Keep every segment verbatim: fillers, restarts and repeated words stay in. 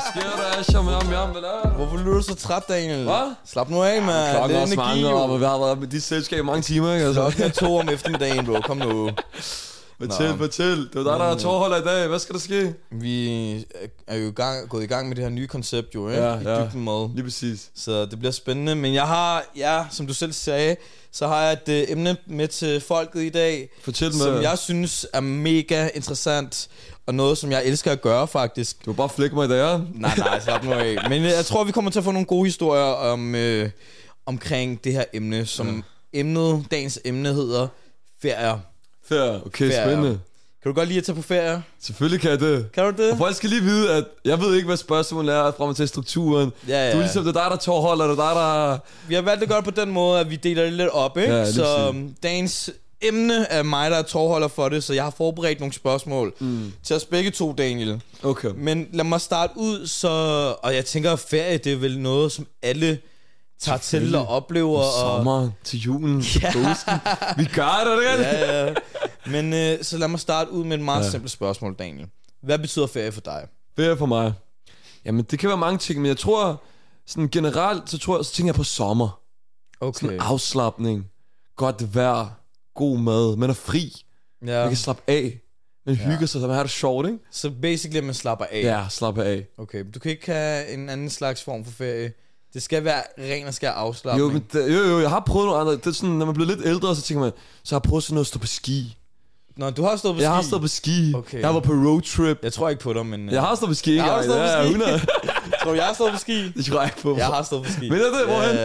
sker der? Sham, jam, jam, hvad der? Hvorfor lyder du så træt, Daniel? Hvad? Slap nu af, mand. Klokken er også energi, mange, jo. og vi har været med de selskab i mange timer, ikke? Altså. Klokken er to om eftermiddagen, bro. Kom nu. Fortæl, fortæl. Det var dig, der er tårholder i dag. Hvad skal der ske? Vi er jo i gang, gået i gang med det her nye koncept, jo, ikke? Ja, I ja. dybden med. Lige præcis. Så det bliver spændende. Men jeg har, ja, som du selv sagde, så har jeg et uh, emne med til folket i dag. Fortæl mig. Som jeg synes er mega interessant. Og noget, som jeg elsker at gøre, faktisk. Du vil bare flække mig i dag, Nej, nej, slap nu af. Men uh, jeg tror, vi kommer til at få nogle gode historier om, uh, omkring det her emne. Som ja. emnet, dagens emne hedder ferier. Ferier, okay, Ferier. spændende. Kan du godt lide at tage på ferie? Selvfølgelig kan jeg det. Kan du det? Og folk skal lige vide, at jeg ved ikke, hvad spørgsmålet er frem til strukturen. Ja, ja. Du er ligesom, det er dig, der tårholder, det er dig, der... Vi har valgt at gøre det på den måde, at vi deler det lidt op, ikke? Ja, så um, dagens emne er mig, der er tårholder for det, så jeg har forberedt nogle spørgsmål mm. til os begge to, Daniel. Okay. Men lad mig starte ud, så... Og jeg tænker, at ferie, det er vel noget, som alle tager til og oplever. Om og sommeren, til julen, til påsken. Vi gør det, det er det. Ja, ja. Men øh, så lad mig starte ud med et meget ja. simpelt spørgsmål, Daniel. Hvad betyder ferie for dig? Ferie for mig? Jamen, det kan være mange ting, men jeg tror, sådan generelt, så tror jeg, så tænker jeg på sommer. Okay. Sådan afslapning, godt vejr, god mad, man er fri. Ja. Man kan slappe af. Man hygger ja. sig, så man har det sjovt, ikke? Så basically, at man slapper af. Ja, slappe af. Okay, du kan ikke have en anden slags form for ferie. Det skal være ren og skær afslapning. Jo, men det, jo, jo, jeg har prøvet noget andet. Det er sådan, når man bliver lidt ældre, så tænker man, så har jeg prøvet sådan noget at stå på ski. Nå, du har stået på jeg ski? Jeg har stået på ski. Okay. Jeg var på roadtrip. Jeg tror ikke på dig, men... Jeg har stået på ski, ikke? Jeg har stået på ski. Ja, hundrede. Tror du, jeg har stået på ski? Det tror jeg ikke på. Jeg har stået på ski. Men er det? Hvorhen?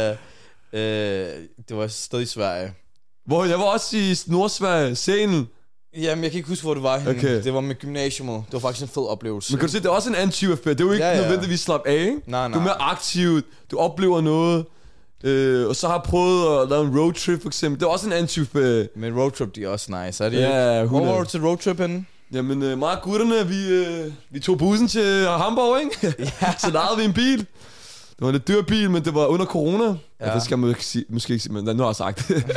Øh, øh, det var et sted i Sverige. Hvor jeg var også i Nordsverige, scenen. Jamen, jeg kan ikke huske, hvor det var henne. Okay. Det var med gymnasiumet. Det var faktisk en fed oplevelse. Men kan du se, det er også en anden type af ferie. Det er jo ikke ja, ja. nødvendigvis slappe af, ikke? Nej, nej. Du er mere aktiv, du oplever noget. Øh, og så har jeg prøvet at lave en roadtrip for eksempel. Det er også en anden type ferie. Men roadtrip, de er også nice, er det ja, ikke? Hvor var du til roadtrip henne? Jamen, øh, mig og gutterne, vi, øh, vi tog bussen til Hamburg, ikke? Ja. Så lejede vi en bil. Det var en lidt dyr bil, men det var under corona. Ja. Ja, det skal man måske, måske ikke sige, men nu har jeg sagt det.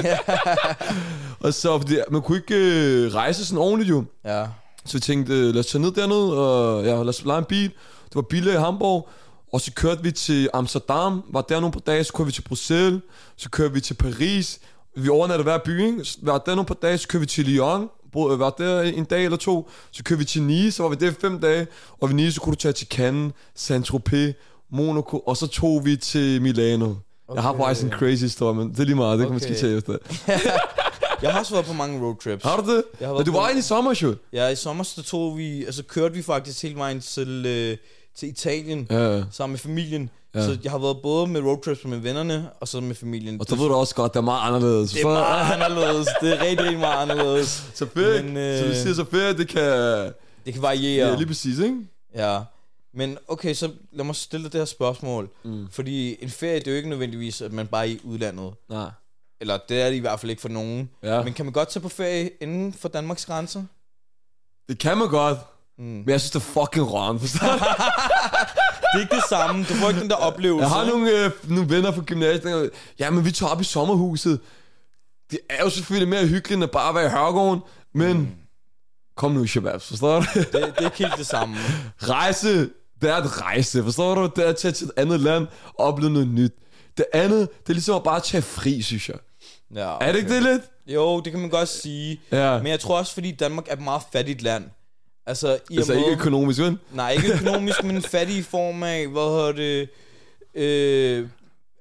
Og så, fordi man kunne ikke øh, rejse sådan ordentligt jo. Ja. Så vi tænkte, øh, lad os tage ned dernede, og ja, lad os lege en bil. Det var billigt i Hamburg. Og så kørte vi til Amsterdam, var der nogle par dage, så kørte vi til Bruxelles, så kørte vi til Paris. Vi overnattede hver by, ikke? Var der nogle par dage, så kørte vi til Lyon, var der en dag eller to. Så kørte vi til Nice, så var vi der fem dage. Og ved Nice, så kunne du tage til Cannes, Saint-Tropez, Monaco, og så tog vi til Milano. Okay. Jeg har faktisk en crazy story, men det er lige meget, det okay. kan man skal tage efter. Jeg har også været på mange roadtrips. Har du det? Jeg Men du var inde i sommer, jo. Ja, i sommer så tog vi, altså kørte vi faktisk hele vejen til, øh, til Italien, ja. sammen med familien. Ja. Så jeg har været både med roadtrips med vennerne, og så med familien. Og så ved du også godt, det er meget anderledes. Det er meget anderledes. Det er rigtig, rigtig meget anderledes. Så ferie, Men, øh, så du siger så ferie, det kan... Det kan variere. Ja, lige præcis, ikke? Ja. Men okay, så lad mig stille dig det her spørgsmål. Mm. Fordi en ferie, det er jo ikke nødvendigvis, at man bare er i udlandet. Nej. Eller det er det i hvert fald ikke for nogen. Ja. Men kan man godt tage på ferie inden for Danmarks grænser? Det kan man godt. Mm. Men jeg synes, det er fucking røven, forstår du? Det er ikke det samme. Du får ikke den der oplevelse. Jeg har nogle, øh, nogle venner fra gymnasiet. Ja, men vi tager op i sommerhuset. Det er jo selvfølgelig mere hyggeligt, end at bare være i Hørgården. Men mm. kom nu, Shababs, forstår du? det, det er ikke helt det samme. Rejse, det er at rejse, forstår du? Det er at tage til et andet land og opleve noget nyt. Det andet, det er ligesom at bare tage fri, synes jeg. Ja, okay. Er det ikke det lidt? Jo, det kan man godt sige. Ja. Men jeg tror også, fordi Danmark er et meget fattigt land. Altså, i altså måde, ikke økonomisk, vel? Nej, ikke økonomisk, men fattig i form af, hvad hedder det, øh, øh,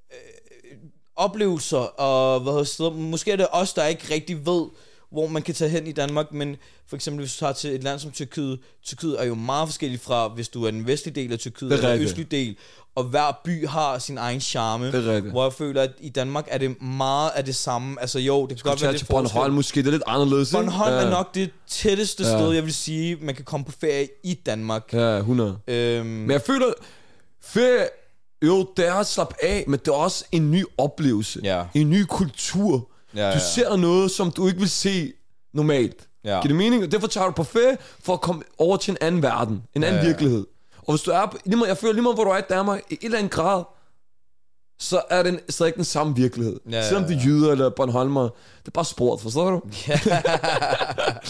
oplevelser, og hvad hedder steder. Måske er det os, der ikke rigtig ved, hvor man kan tage hen i Danmark, men for eksempel hvis du tager til et land som Tyrkiet, Tyrkiet er jo meget forskelligt fra, hvis du er den vestlige del af Tyrkiet, eller den østlige del, og hver by har sin egen charme, hvor jeg føler, at i Danmark er det meget af det samme. Altså jo, det kan godt være lidt til Bornholm måske, det er lidt anderledes. Bornholm ja. er nok det tætteste ja. sted, jeg vil sige, man kan komme på ferie i Danmark. Ja, hundrede. Øhm. Men jeg føler, ferie, jo, det er at slappe af, men det er også en ny oplevelse. Ja. En ny kultur. Ja, ja. Du ser noget, som du ikke vil se normalt. Ja. Giver det mening? Og derfor tager du på ferie, for at komme over til en anden verden. En anden ja, ja. virkelighed. Og hvis du er, lige meget, jeg føler lige meget, hvor du er i Danmark, i et eller andet grad, så er det stadig ikke den samme virkelighed. Ja, ja, ja. Selvom det er jyder eller Bornholmer, det er bare sport, forstår du? Ja.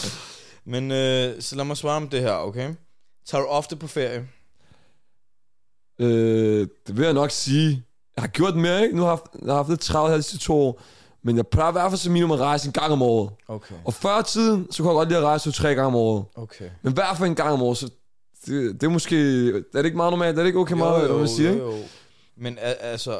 Men øh, så lad mig svare om det her, okay? Tager du ofte på ferie? Øh, det vil jeg nok sige. Jeg har gjort mere, ikke? Nu har jeg haft, jeg har haft lidt travlt her de sidste to år. Men jeg plejer i hvert fald som minimum at rejse en gang om året. Okay. Og før tiden, så kunne jeg godt lide at rejse to-tre gange om året. Okay. Men i hvert fald en gang om året, så det, det er måske... Er det ikke meget normalt? Er det ikke okay jo, meget, jo, hvad man siger, jo, jo. Men al- altså...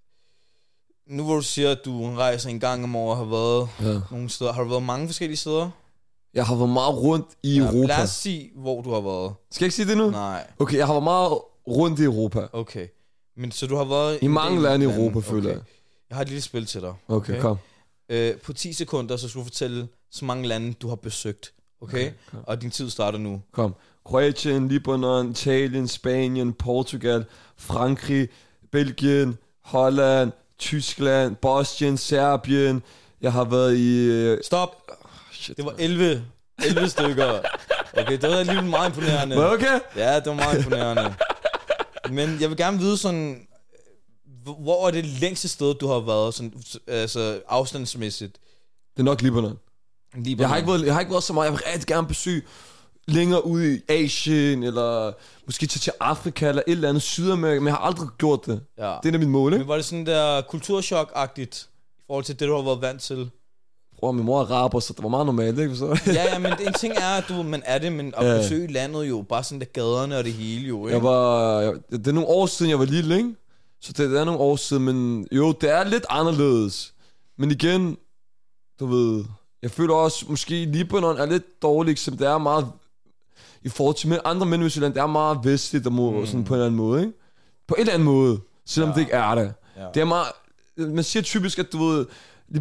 Nu hvor du siger, at du rejser en gang om året, har været ja. nogle steder. Har du været mange forskellige steder? Jeg har været meget rundt i ja, Europa. Lad os sige, hvor du har været. Skal jeg ikke sige det nu? Nej. Okay, jeg har været meget rundt i Europa. Okay. Men så du har været... I mange lande i Europa, okay. føler jeg. Jeg har et lille spil til dig. Okay, okay kom. Øh, på ti sekunder, så skal du fortælle så mange lande, du har besøgt. Okay? okay og din tid starter nu. Kom. Kroatien, Libanon, Italien, Spanien, Portugal, Frankrig, Belgien, Holland, Tyskland, Bosnien, Serbien. Jeg har været i... Stop! Oh, shit, det var elleve, elleve stykker. Okay, det var alligevel meget imponerende. Var okay? Ja, det var meget imponerende. Men jeg vil gerne vide sådan... Hvor er det længste sted, du har været, sådan, altså afstandsmæssigt? Det er nok Libanon. Libanon. Jeg har ikke været, jeg har ikke været så meget. Jeg vil rigtig gerne besøge længere ude i Asien, eller måske tage til Afrika, eller et eller andet Sydamerika, men jeg har aldrig gjort det. Ja. Det er mit mål, ikke? Men var det sådan der kulturschok-agtigt, i forhold til det, du har været vant til? Bror, min mor er araber, så det var meget normalt, ikke? Så. ja, ja, men en ting er, at du, man er det, men at ja. besøge landet jo, bare sådan der gaderne og det hele jo, ikke? Jeg var, jeg, det er nogle år siden, jeg var lille, ikke? Så det, det er nogle år siden, men jo, det er lidt anderledes. Men igen, du ved, jeg føler også, måske Libanon er lidt dårligt, som det er meget, i forhold til andre Mellemøstland, det er meget vestligt, der må, mm. sådan på en eller anden måde, ikke? På en eller anden måde, selvom ja. det ikke er det. Ja. Det er meget, man siger typisk, at du ved,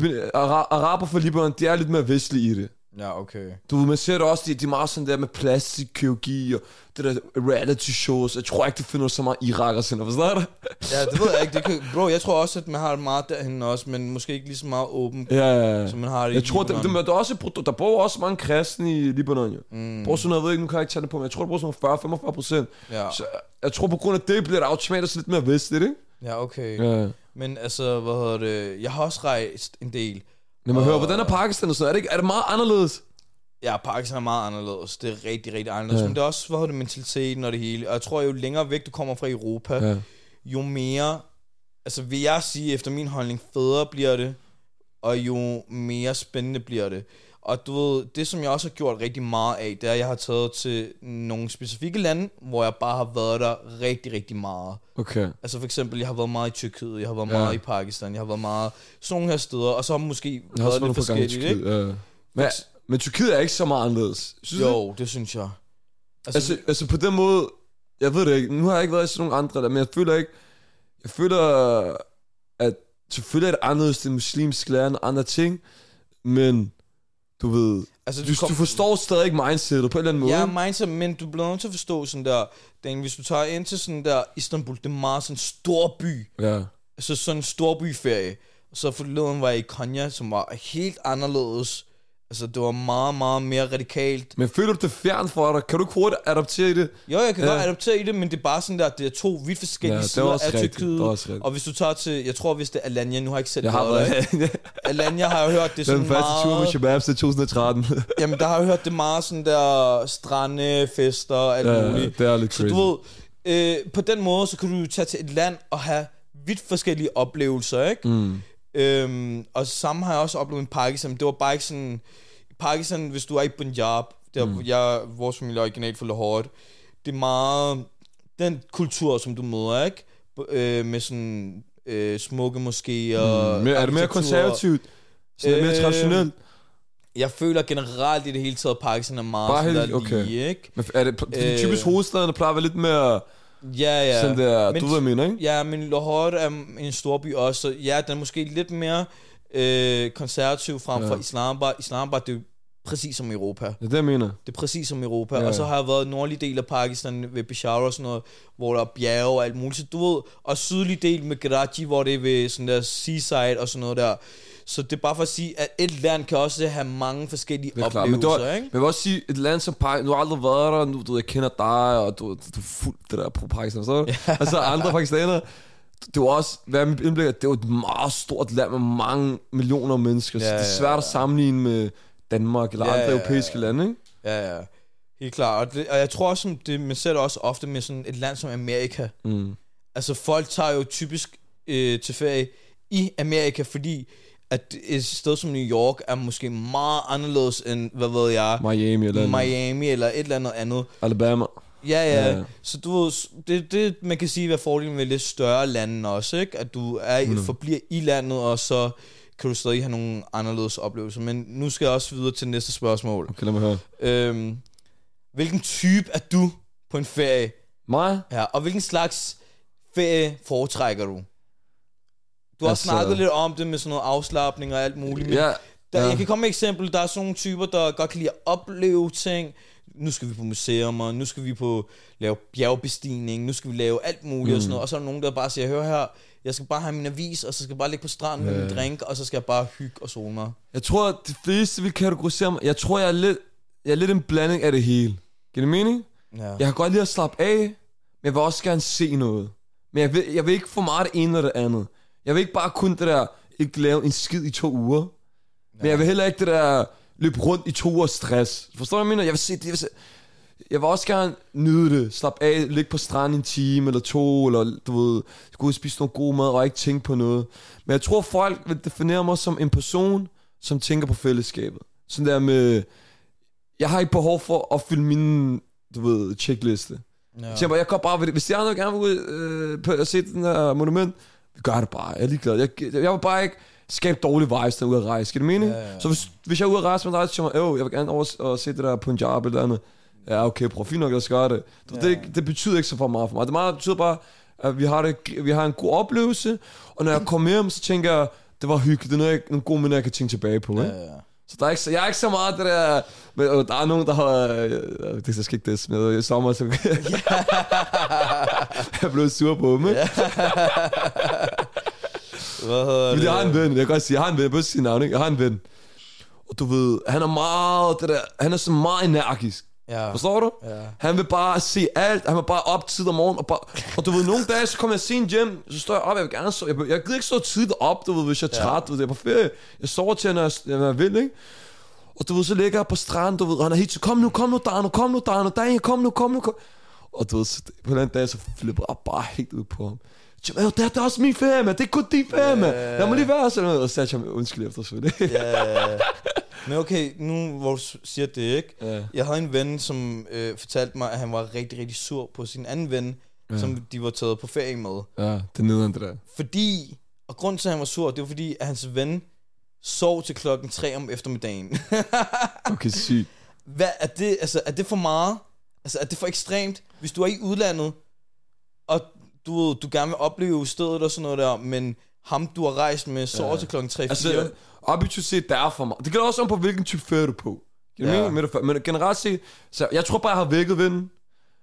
araber fra Libanon, de er lidt mere vestlige i det. Ja, okay. Du ved, man ser det også, de, de er meget sådan der med plastikkirurgi og det der reality shows. Jeg tror ikke, det finder så meget Irak og sådan, forstår du? Ja, det ved jeg ikke. Det kan, bro, jeg tror også, at man har det meget derhen også, men måske ikke lige så meget åben, ja, ja, ja. som man har det jeg i tror, Libanon. Der, der, er også, der bor også mange kristne i Libanon, jo. Mm. Bor sådan noget, jeg ved ikke, nu kan jeg ikke tage det på, men jeg tror, der bor sådan fyrre til femogfyrre procent. Ja. Så jeg tror, på grund af det bliver det automatisk lidt mere vestligt, ikke? Ja, okay. Ja. Men altså, hvad hedder det? Jeg har også rejst en del. Lad mig og... høre, hvordan er Pakistan og sådan? Er det, ikke, er det meget anderledes? Ja, Pakistan er meget anderledes. Det er rigtig, rigtig anderledes. Ja. Men det er også, hvad hedder det, mentaliteten og det hele. Og jeg tror, jo længere væk du kommer fra Europa, ja. jo mere, altså vil jeg sige, efter min holdning, federe bliver det, og jo mere spændende bliver det. Og du ved, det som jeg også har gjort rigtig meget af, det er, at jeg har taget til nogle specifikke lande, hvor jeg bare har været der rigtig, rigtig meget. Okay. Altså for eksempel, jeg har været meget i Tyrkiet, jeg har været ja. meget i Pakistan, jeg har været meget sådan nogle her steder, og så har man måske jeg været lidt forskelligt, ikke? Ja. Men, men Tyrkiet er ikke så meget anderledes, synes Jo, det? det synes jeg. Altså, altså, altså på den måde, jeg ved det ikke, nu har jeg ikke været i sådan nogle andre der, men jeg føler ikke, jeg føler, at selvfølgelig er det anderledes, det muslimske land og andre ting, men du ved, altså, du, du, kom... du forstår stadig ikke mindsetet på en eller anden måde. Ja, mindset, men du bliver nødt til at forstå sådan der, den, hvis du tager ind til sådan der Istanbul, det er meget sådan en stor by. Ja. Altså sådan en stor byferie. Og så forleden var jeg i Konya, som var helt anderledes. Altså det var meget, meget mere radikalt. Men føler du det fjern for dig? Kan du ikke hurtigt adoptere i det? Jo, jeg kan ja. godt adoptere i det, men det er bare sådan der, det er to vidt forskellige ja, sider af Tyrkiet. Og hvis du tager til, jeg tror hvis det er Alanya, nu har jeg ikke set det. Været, Alanya har jeg hørt, det er sådan meget... Den første tur med Shababs i to tusind og tretten. Jamen der har jeg hørt det meget sådan der strande, fester og alt ja, muligt. det er lidt crazy. Så du ved, øh, på den måde, så kan du tage til et land og have vidt forskellige oplevelser, ikke? Mm. Øhm, og samme har jeg også oplevet i Pakistan. Det var bare ikke sådan... I Pakistan, hvis du er i Punjab, der mm. jeg, vores familie er originalt fra Lahore, det er meget den kultur, som du møder, ikke? Øh, med sådan øh, smukke moskéer. Mm. Er det mere konservativt? Sådan øh, mere traditionelt? Jeg føler generelt i det hele taget, Pakistan er meget bare sådan helt, okay. lige, ikke? Men er det, det er typisk øh, hovedstaden, der plejer at være lidt mere... Ja, ja. Sådan der, men, du ved, jeg mener, ikke? Ja, men Lahore er en stor by også, så ja, den er måske lidt mere øh, konservativ frem for ja. Islamabad. Islamabad, det er jo præcis som Europa. Det er det, jeg mener. Det er præcis som Europa. Ja. Og så har jeg været i nordlig del af Pakistan ved Peshawar og sådan noget, hvor der er bjerge og alt muligt. Så du ved, og sydlig del med Karachi, hvor det er ved sådan der seaside og sådan noget der. Så det er bare for at sige, at et land kan også have mange forskellige oplevelser, men var, ikke? Men jeg vil også sige, et land som Pakistan, du har aldrig været der, nu, du, jeg kender dig, og du, du, du er fuldt det der på Pakistan, så ja. Altså andre pakistanere, det var også, hvad mit indblik, det var et meget stort land med mange millioner mennesker, ja, så det er svært ja, ja. at sammenligne med Danmark eller ja, andre ja, europæiske ja, ja. lande, ikke? Ja, ja, helt klart. Og, det, og jeg tror også, det, man ser det også ofte med sådan et land som Amerika. Mm. altså folk tager jo typisk øh, til ferie i Amerika, fordi at et sted som New York er måske meget anderledes end, hvad ved jeg, Miami eller Miami eller et eller andet andet. Alabama. Ja, ja, ja. Så du ved, det, det man kan sige, hvad fordelen med lidt større lande også, ikke? At du er, mm. forbliver i landet, og så kan du stadig have nogle anderledes oplevelser. Men nu skal jeg også videre til næste spørgsmål. Okay, lad mig høre. Øhm, hvilken type er du på en ferie? Mig? Ja, og hvilken slags ferie foretrækker du? Du har altså... snakket lidt om det med sådan noget afslapning og alt muligt. Men ja, der, ja. Jeg kan komme med et eksempel. Der er sådan nogle typer, der godt kan lide at opleve ting. Nu skal vi på museer, nu skal vi på lave bjergbestigning, nu skal vi lave alt muligt mm. og sådan noget. Og så er der nogen, der bare siger, hør her, jeg skal bare have min avis, og så skal jeg bare ligge på stranden yeah. med min drink, og så skal jeg bare hygge og sole mig. Jeg tror, at de fleste vil kategorisere mig. Jeg tror, jeg er lidt, jeg er lidt en blanding af det hele. Giver det mening? Ja. Jeg kan godt lide at slappe af, men jeg vil også gerne se noget. Men jeg vil, jeg vil ikke få meget det ene eller det andet. Jeg vil ikke bare kun det der, ikke lave en skid i to uger. Ja. Men jeg vil heller ikke det der, løbe rundt i to uger stress. Forstår du, hvad jeg mener? Jeg vil se det, jeg vil se. Jeg vil også gerne nyde det. Slap af, ligge på stranden en time eller to, eller du ved, gå ud og spise noget god mad og ikke tænke på noget. Men jeg tror, folk vil definere mig som en person, som tænker på fællesskabet. Sådan der med, jeg har ikke behov for at fylde min, du ved, checkliste. Ja. Jeg tænker bare, jeg går bare ved det. Hvis de andre gerne vil ud øh, se den her monument, vi gør det bare. Jeg er ligeglad. Jeg, jeg vil bare ikke skabe dårlige vibes, der er ude at rejse. Skal det mene? Ja, ja. Så hvis, hvis jeg er ude at rejse med dig, så siger jeg, jeg vil gerne over og se det der Punjab eller andet. Ja, okay, prøv fint nok, jeg skal gøre det. Ja. Det. Det betyder ikke så for meget for mig. Det, meget, det betyder bare, at vi har, det, vi har en god oplevelse, og når jeg kommer hjem, så tænker jeg, det var hyggeligt. Det er noget, jeg, nogle gode minder, jeg kan tænke tilbage på. Ja, ja. Så der er ikke, jeg er ikke så meget det der, men der er nogen, der har, øh, det skal ikke det med i sommer, så jeg er blevet sur på dem, ikke? Men jeg har en ven, jeg kan godt sige, jeg har en ven, jeg bør sige navn, ikke? Jeg har en ven, og du ved, han er meget, det der, han er så meget energisk. Ja. Forstår du? Ja. Han vil bare se alt. Han vil bare op tid om morgenen og, bare, og du ved, nogle dage så kommer jeg sent hjem. Så står jeg op, jeg vil gerne sove. Jeg, jeg gider ikke stå tidligt op, du ved, hvis jeg er træt. Ja. Du ved, jeg er på ferie. Jeg sover til, når jeg, når jeg vil, ikke? Og du ved, så ligger jeg på stranden, du ved, og han er helt så, kom nu, kom nu, Dano, kom nu, Dano, Daniel, kom nu, kom nu, kom. Og du ved, så, på den dag, så flipper jeg bare helt ud på ham. Det er, det er også min ferie, man. Det er kun din ferie, man. Lad mig lige være sådan noget. Og så sagde jeg ham, undskyld efter selvfølgelig. Ja. Men okay, nu hvor du siger det, ikke? Ja. Jeg havde en ven, som øh, fortalte mig, at han var rigtig, rigtig sur på sin anden ven, ja. Som de var taget på ferie med. Ja, det er nederen det der. Fordi, og grunden til, at han var sur, det var fordi, at hans ven sov til klokken tre om eftermiddagen. Okay, sygt. Hvad, er det, altså, er det for meget? Altså, er det for ekstremt? Hvis du er i udlandet, og du, du gerne vil opleve stedet og sådan noget der, men ham, du har rejst med, sover ja. Til klokken tre fire. Altså, objektivt set, der er for mig. Det gælder også om på, hvilken type ferie du er på. Ja. Med det, men generelt set, så jeg tror bare, jeg har vækket vinden.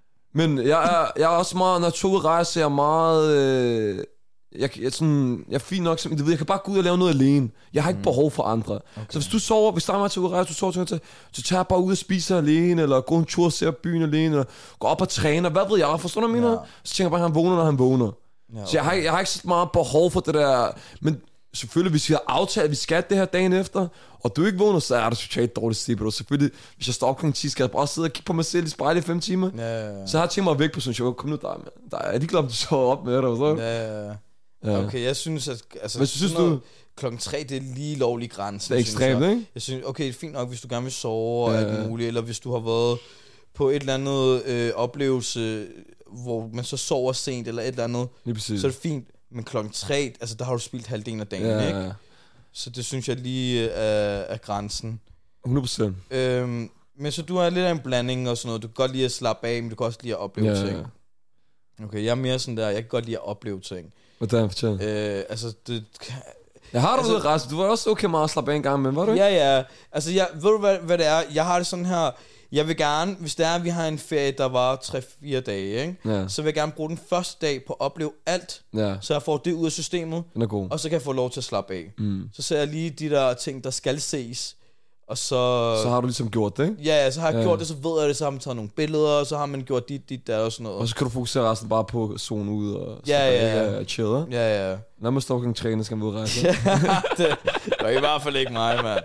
Men jeg er, jeg er også meget, når jeg tog ud rejse, jeg er meget... Øh, jeg, jeg, sådan, jeg er fint nok, som, jeg kan bare gå ud og lave noget alene. Jeg har ikke mm. behov for andre. Okay. Så hvis du sover, hvis der er mig til ud at rejse, du sover til så, så tager jeg bare ud og spiser alene, eller gå en tur og ser byen alene, eller gå op og træne, hvad ved jeg, forstår du, hvad jeg mener? Ja. Så tænker jeg bare, at han vågner, når han vågner. Ja, okay. Så jeg har, jeg har ikke så meget behov for det der, men selvfølgelig, hvis vi har aftalt, at vi skal det her dagen efter, og du ikke vågner, så er det totalt dårligt sted, bro. Selvfølgelig, hvis jeg står op klokken ti, skal jeg bare sidde og kigge på mig selv i spejlet i fem timer. Ja, ja, ja. Så har jeg tænkt mig væk på sådan en show. Kom nu, der, der er ikke glad, at du sover op med dig, så. Ja, ja, ja. Okay, jeg synes, at... Altså, hvad synes du? Klokken tre, det er lige lovlig grænse. Det er ekstremt, jeg. Ikke? Jeg synes, okay, det er fint nok, hvis du gerne vil sove og ja, alt muligt, eller hvis du har været på et eller andet øh, oplevelse, hvor man så sover sent, eller et eller andet, så er det fint. Men klokken tre, altså der har du spildt halvdelen af dagen, ja, ikke? Ja. Så det synes jeg lige er, er grænsen. hundrede procent. Øhm, men så du er lidt af en blanding og sådan noget. Du kan godt lide at slappe af, men du kan også lide at opleve ja, ting. Ja. Okay, jeg er mere sådan der, jeg kan godt lide at opleve ting. Hvordan fortæl? Øh, altså, det... Jeg har du altså, ude rejse. Du var også okay meget at slappe af en gang, men var du ikke? Ja, ja. Altså, jeg, ved du hvad, hvad det er? Jeg har det sådan her... Jeg vil gerne, hvis det er, at vi har en ferie, der var tre fire dage, ikke? Ja. Så vil jeg gerne bruge den første dag på at opleve alt, ja. Så jeg får det ud af systemet, den er god. Og så kan jeg få lov til at slappe af. Mm. Så ser jeg lige de der ting, der skal ses, og så... Så har du ligesom gjort det, ikke? Ja, så har jeg ja. gjort det, så ved jeg det, så har man taget nogle billeder, og så har man gjort dit, dit, der og sådan noget. Og så kan du fokusere resten bare på at zone ud og ja, ja, ja. chille. Ja, ja. Lad mig stå klokken tre, skal vi udrejse. Det var i hvert fald ikke mig, mand.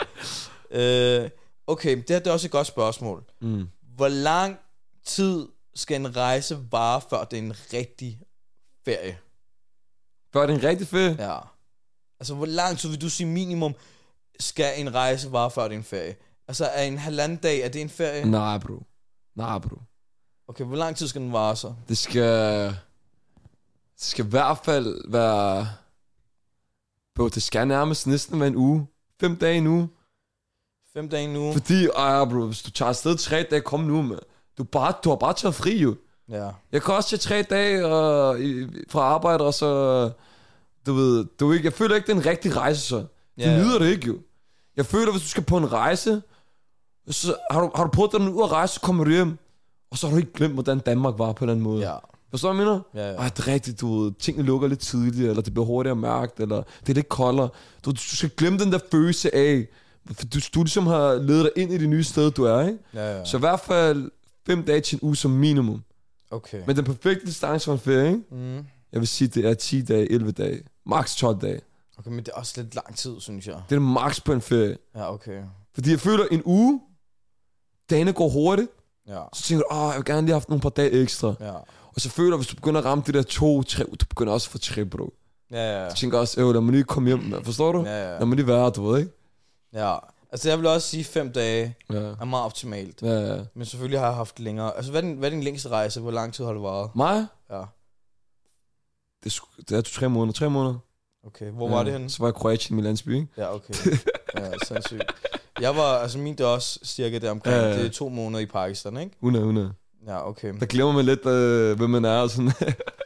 Øh, okay, det her det er også et godt spørgsmål. Mm. Hvor lang tid skal en rejse vare, før det er en rigtig ferie. Før det er en rigtig ferie? Ja. Altså, hvor lang tid vil du sige minimum, skal en rejse vare, før det er en ferie? Altså, er en halvanden dag, er det en ferie? Nej, bro. Nej, bro. Okay, hvor lang tid skal den vare så? Det skal... Det skal i hvert fald være... Bro, det skal nærmest næsten være en uge. Fem dage en uge. Fem dage nu. Fordi, ej, bro, hvis du tager afsted tre dage, kom nu, man. Du, bare, du har bare taget fri, jo. Ja. Jeg kan også tage tre dage og, i, fra arbejde, og så... Du ved, du ikke, jeg føler ikke, det er en rigtig rejse, så. Du Ja. nyder det ikke, jo. Jeg føler, hvis du skal på en rejse, så har du, har du prøvet dig ud at rejse, så kommer du hjem, og så har du ikke glemt, hvordan Danmark var på en eller anden måde. Ja. Forstår du, hvad jeg mener? Ja, ja. Ej, det er rigtigt, du ved, tingene lukker lidt tidligere, eller det bliver hurtigere mærkt, eller det er lidt koldere. Du, du skal glemme den der følelse af, for du, du ligesom har ledet dig ind i det nye sted, du er, ikke? Ja, ja. Så i hvert fald fem dage til en uge som minimum. Okay. Men den perfekte distance for en ferie, ikke? Mm. Jeg vil sige, det er ti dage, elleve dage. Max tolv dage. Okay, men det er også lidt lang tid, synes jeg. Det er max på en ferie. Ja, okay. Fordi jeg føler, en uge, dagene går hurtigt, Ja. så tænker du, åh, jeg vil gerne lige have haft nogle par dage ekstra. Ja. Og så føler du, hvis du begynder at ramme det der to, tre, du begynder også at få tre, bro. Ja, ja. Du tænker også, øh, lad mig lige komme hjem, man. Forstår du? Ja, ja. Lad mig lige være, du ved, ikke? Ja. Altså, jeg vil også sige, fem dage Ja, er meget optimalt. ja, ja. Men selvfølgelig har jeg haft længere. Altså, hvad er din, hvad er din længste rejse? Hvor lang tid har du varet? Mig? Ja. Det er, sgu- det er to-tre måneder. Tre måneder. Okay, hvor ja. var det henne? Så var jeg i Kroatien, min landsby, ikke? Ja, okay. Ja, sindssygt. Jeg var, altså min det er også cirka der omkring. Ja, ja. Det er to måneder i Pakistan, ikke? hundrede, hundrede. Ja, okay. Der glemmer man lidt, øh, hvem man er og sådan.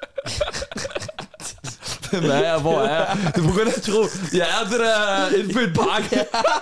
Hvem er jeg? Hvor er jeg? Du begynder at tro, jeg er det der indfødt pakke.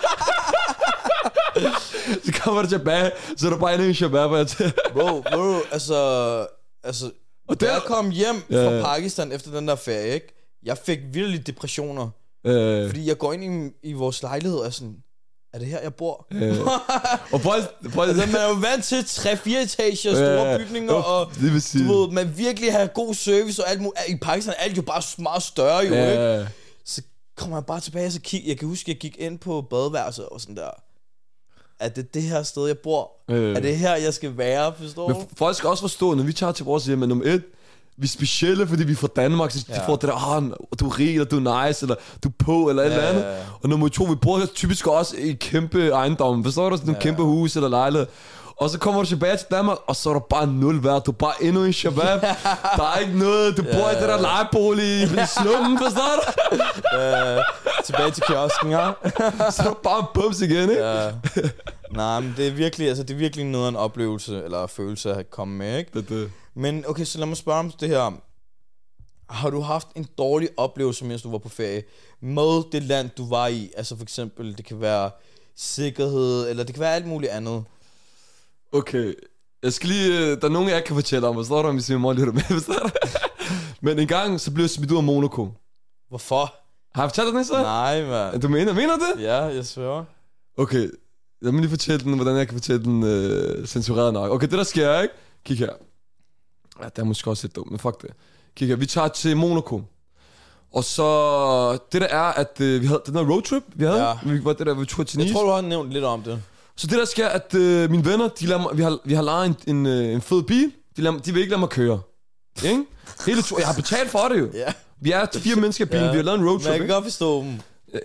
Så kommer du tilbage, så er du bare inde i en shabab. Bro, bro, altså, altså, Og da der- jeg kom hjem Ja. fra Pakistan efter den der ferie, ikke? Jeg fik virkelig depressioner. øh, Fordi jeg går ind i, i vores lejlighed og er sådan, er det her, jeg bor? øh. Og prøv, prøv, Altså, man er jo vant til tre-fire etager, store Ja, bygninger, jo, og det vil sige. du ved, man virkelig har god service og alt muligt. I Pakistan er alt jo bare meget større, jo, ikke? Ja, Så kommer jeg bare tilbage, og så kig, jeg kan huske, jeg gik ind på badeværelset og sådan der, er det det her sted, jeg bor? Øh. Er det her, jeg skal være, forstår du? men folk skal også forstå, når vi tager til vores hjem, at nummer et, vi er specielle, fordi vi er fra Danmark, så de Ja. får det der, oh, du er rig, eller du er nice, eller du er på, eller et Ja, eller andet. ja, ja. Og nummer to, vi bor typisk også i kæmpe ejendomme, forstår du? Sådan nogle Ja. kæmpe hus eller lejlighed. Og så kommer du tilbage til Danmark, og så er der bare nul værd. Du er bare endnu en shabab. Der er ikke noget. Du bor Ja, i det der ja. lejebolig i slummen, forstår du? Øh, tilbage til kiosken, ja. Så er du bare bums igen, ikke? Ja. Nej, men det er virkelig, altså det er virkelig noget af en oplevelse, eller følelse at komme med, ikke? Det, det. Men okay, så lad mig spørge om det her. Har du haft en dårlig oplevelse, mens du var på ferie, med det land, du var i? Altså for eksempel, det kan være sikkerhed, eller det kan være alt muligt andet. Okay. Jeg skal lige... øh, Der er nogen, jeg ikke kan fortælle om. Forstår du, om vi siger, at lytter med? Forstår du? Men en gang, så blev jeg smidt ud af Monaco. Hvorfor? Har jeg fortalt dig det så? Nej, mand. Du mener, mener det? Ja, jeg sværger. Okay, lad mig lige fortælle den, hvordan jeg kan fortælle den øh, censureret nok. Okay, det der sker, ikke? Kig her. Ja, det er måske også lidt dumt, men fuck det. Kig her, vi tager til Monaco. Og så, det der er, at øh, vi havde den der roadtrip, vi havde. Ja. Vi var det der, vi tog til Nice. Jeg tror, du har nævnt lidt om det. Så det der sker, at øh, mine venner, de lader mig, vi har, vi har lejet en, en, øh, en fed bil. De, lader, de vil ikke lade mig køre. Ikke? Hele turen. Jeg har betalt for det jo. Ja. Vi er fire mennesker i bilen, Ja. vi har lavet en Men roadtrip, jeg kan ikke? godt forstå dem.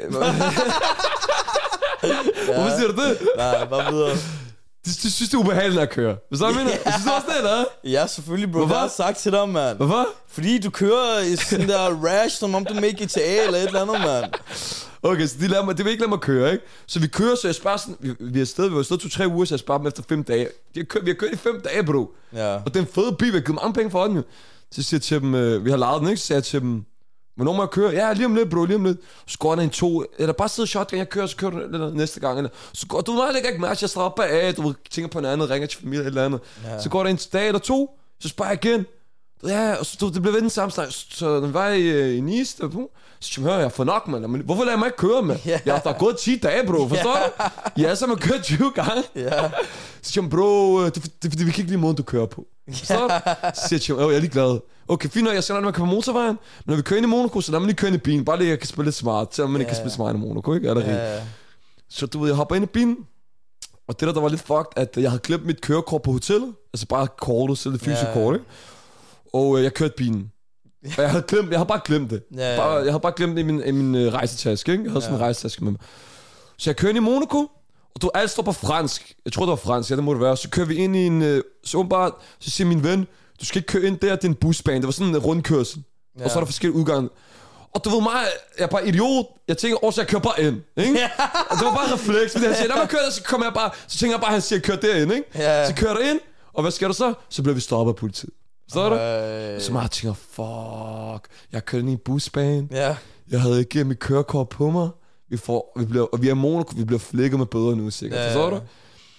Hvorfor siger du det? Nej, bare videre. De, de synes, det er ubehageligt at køre. Hvad så jeg mener? Synes du også det, eller? Ja, selvfølgelig, bro. Hvorfor? Hvad har jeg sagt til dig, mand? Hvorfor? Fordi du kører i sådan der rash, som om du er med i G T A eller et eller andet, mand. Okay, så de, lader mig, de vil ikke lade mig køre, ikke? Så vi kører, så jeg spørger sådan... Vi, vi er afsted, vi var afsted to-tre uger, så jeg spørger dem efter fem dage. De har kørt, vi har kørt i fem dage, bro. Ja. Og det er en fed bil, vi har givet mange penge for den, jo. Så siger jeg til dem... Øh, vi har lejet den, ikke? Så siger jeg til dem... Hvornår må jeg køre? Ja, lige om lidt, bro, lige om lidt. Så går der en to... Eller bare sidde shotgun, jeg kører, så kører du eller, næste gang. Eller, så går du meget ikke mærke, jeg strapper af, du tænker på noget andet, ringer til familie eller andet. Ja. Så går der en dag eller to, så spørger jeg igen. Ja, og så du, det blev ved den samme snak. Så når vi var i, i Nice, der, så siger jeg, jeg får nok, mand. Men hvorfor lader jeg mig ikke køre, mand? Ja. Jeg har der gået ti dage, bro, forstår du? Ja, så har man kørt tyve gange. Ja. Så siger jeg, bro, det, det, det er fordi, vi kan ikke lide måden, du kører på. Forstår du? Så siger jeg, jeg er lige glad. Okay, fint nok, jeg skal nok, når man kører på motorvejen. Men når vi kører ind i Monaco, så lader man lige køre ind i bilen. Bare lige, jeg kan spille lidt smart, selvom man ikke Ja. kan spille smart i Monaco, ikke? Er det rigtigt? Ja. Så du ved, jeg hopper ind i bilen. Og det der, der var lidt fucked, at jeg havde glemt mit kørekort på hotellet. Altså bare kortet, så det fysiske Ja. kort, ikke? Og øh, jeg kørte bilen. Og jeg havde glemt, jeg havde bare glemt det. Ja, ja. Bare, jeg havde bare glemt det i min, i min uh, rejsetaske, ikke? Jeg havde ja. sådan en rejsetaske med mig. Så jeg kører ind i Monaco, og du alt står på fransk. Jeg tror, det var fransk, ja, det må det være. Så kører vi ind i en... Uh, så åbenbart, så siger min ven, du skal ikke køre ind der, det er en busbane. Det var sådan en rundkørsel. Ja. Og så er der forskellige udgange. Og du ved mig, jeg er bare idiot. Jeg tænker også, jeg kører bare ind, ikke? Og det var bare refleks, fordi han siger, når man kører der, så kommer jeg bare... Så tænker jeg bare, han siger, kør derind, ikke? Ja. Så kører der ind, og hvad sker der så? Så bliver vi stoppet af politiet. Så er det? Så meget tænker, fuck, jeg kørte ind i en busbane. Ja. Jeg havde ikke mit kørekort på mig. Vi får, vi bliver, og vi er Monaco, vi bliver flækket med bøder nu, sikkert. Ja, ja, ja. Så,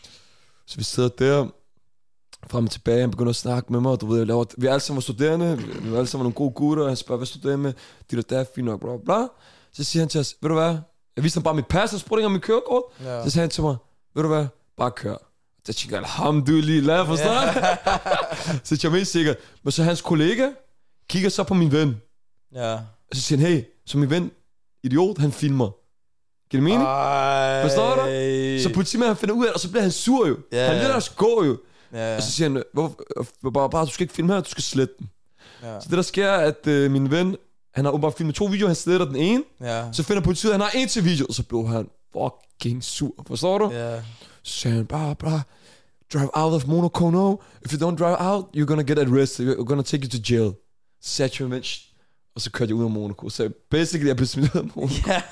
så vi sidder der, frem og tilbage, han begynder at snakke med mig, og du ved, jeg laver, vi er alle sammen var studerende, vi er alle sammen nogle gode gutter, og han spørger, hvad studerer med? De der, der er fint nok, bla bla. Så siger han til os, ved du hvad? Jeg viste ham bare mit pas, og spurgte ikke om mit kørekort. Ja. Så sagde han til mig, ved du hvad? Bare kør. Så tænker jeg, alhamdulillah, forstår jeg? Så jeg mest sikkert. Men så hans kollega kigger så på min ven. Ja. Og så siger han, hey, så min ven, idiot, han filmer. Giver det mening? Ej. Forstår du? Så politimanden han finder ud af det, og så bliver han sur jo. Yeah. Han lader os gå jo. Yeah. Og så siger han, hvor, bare, bare, du skal ikke filme her, du skal slette den. Yeah. Så det der sker er, at øh, min ven, han har åbenbart filmet to videoer, han sletter den ene. Yeah. Så finder politiet, han har en til video, og så blev han fucking sur. Forstår du? Yeah. Så siger han, bare, bare, drive out of Monaco now. If you don't drive out, you're gonna get arrested. We're gonna take you to jail. Set your image. Og så kørte jeg ud af Monaco. Så basically, jeg blev smidt ud af Monaco. Yeah.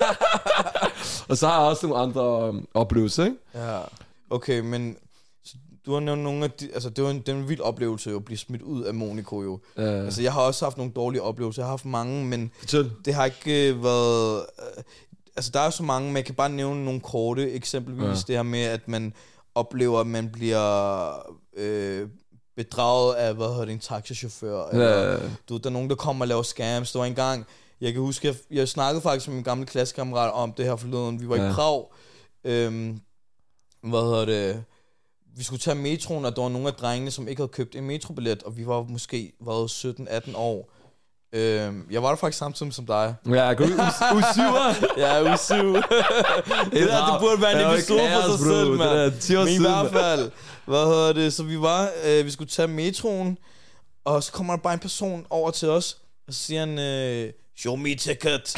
Og så har jeg også nogle andre um, oplevelser, ikke? Ja. Okay, men du har nævnt nogle af de, altså det var en, det var en vild oplevelse jo, at blive smidt ud af Monaco jo. Ja. Altså jeg har også haft nogle dårlige oplevelser. Jeg har haft mange, men Fortæl. det har ikke øh, været... Øh, altså der er så mange, man kan bare nævne nogle korte. Eksempelvis ja. det her med, at man oplever, at man bliver... Øh, bedraget af, hvad hedder det, en taxichauffør. Ja. Eller, du, der er nogen, der kommer og laver scams. Der var engang, jeg kan huske, jeg, jeg snakkede faktisk med min gamle klassekammerat om det her forleden. Vi var ja. i Prag. Øhm, hvad hedder det? Vi skulle tage metroen, og der var nogle af drengene, som ikke havde købt en metrobillet, og vi var måske været sytten atten år. Øhm, jeg var der faktisk samtidig som dig. Ja, jeg går ud u syv. Ja, u syv. det der, det burde være en episode for sig selv, mand. Men i hvert fald, hvad hedder det, så vi var, øh, vi skulle tage metroen, og så kommer der bare en person over til os, og så siger han, øh, show me ticket.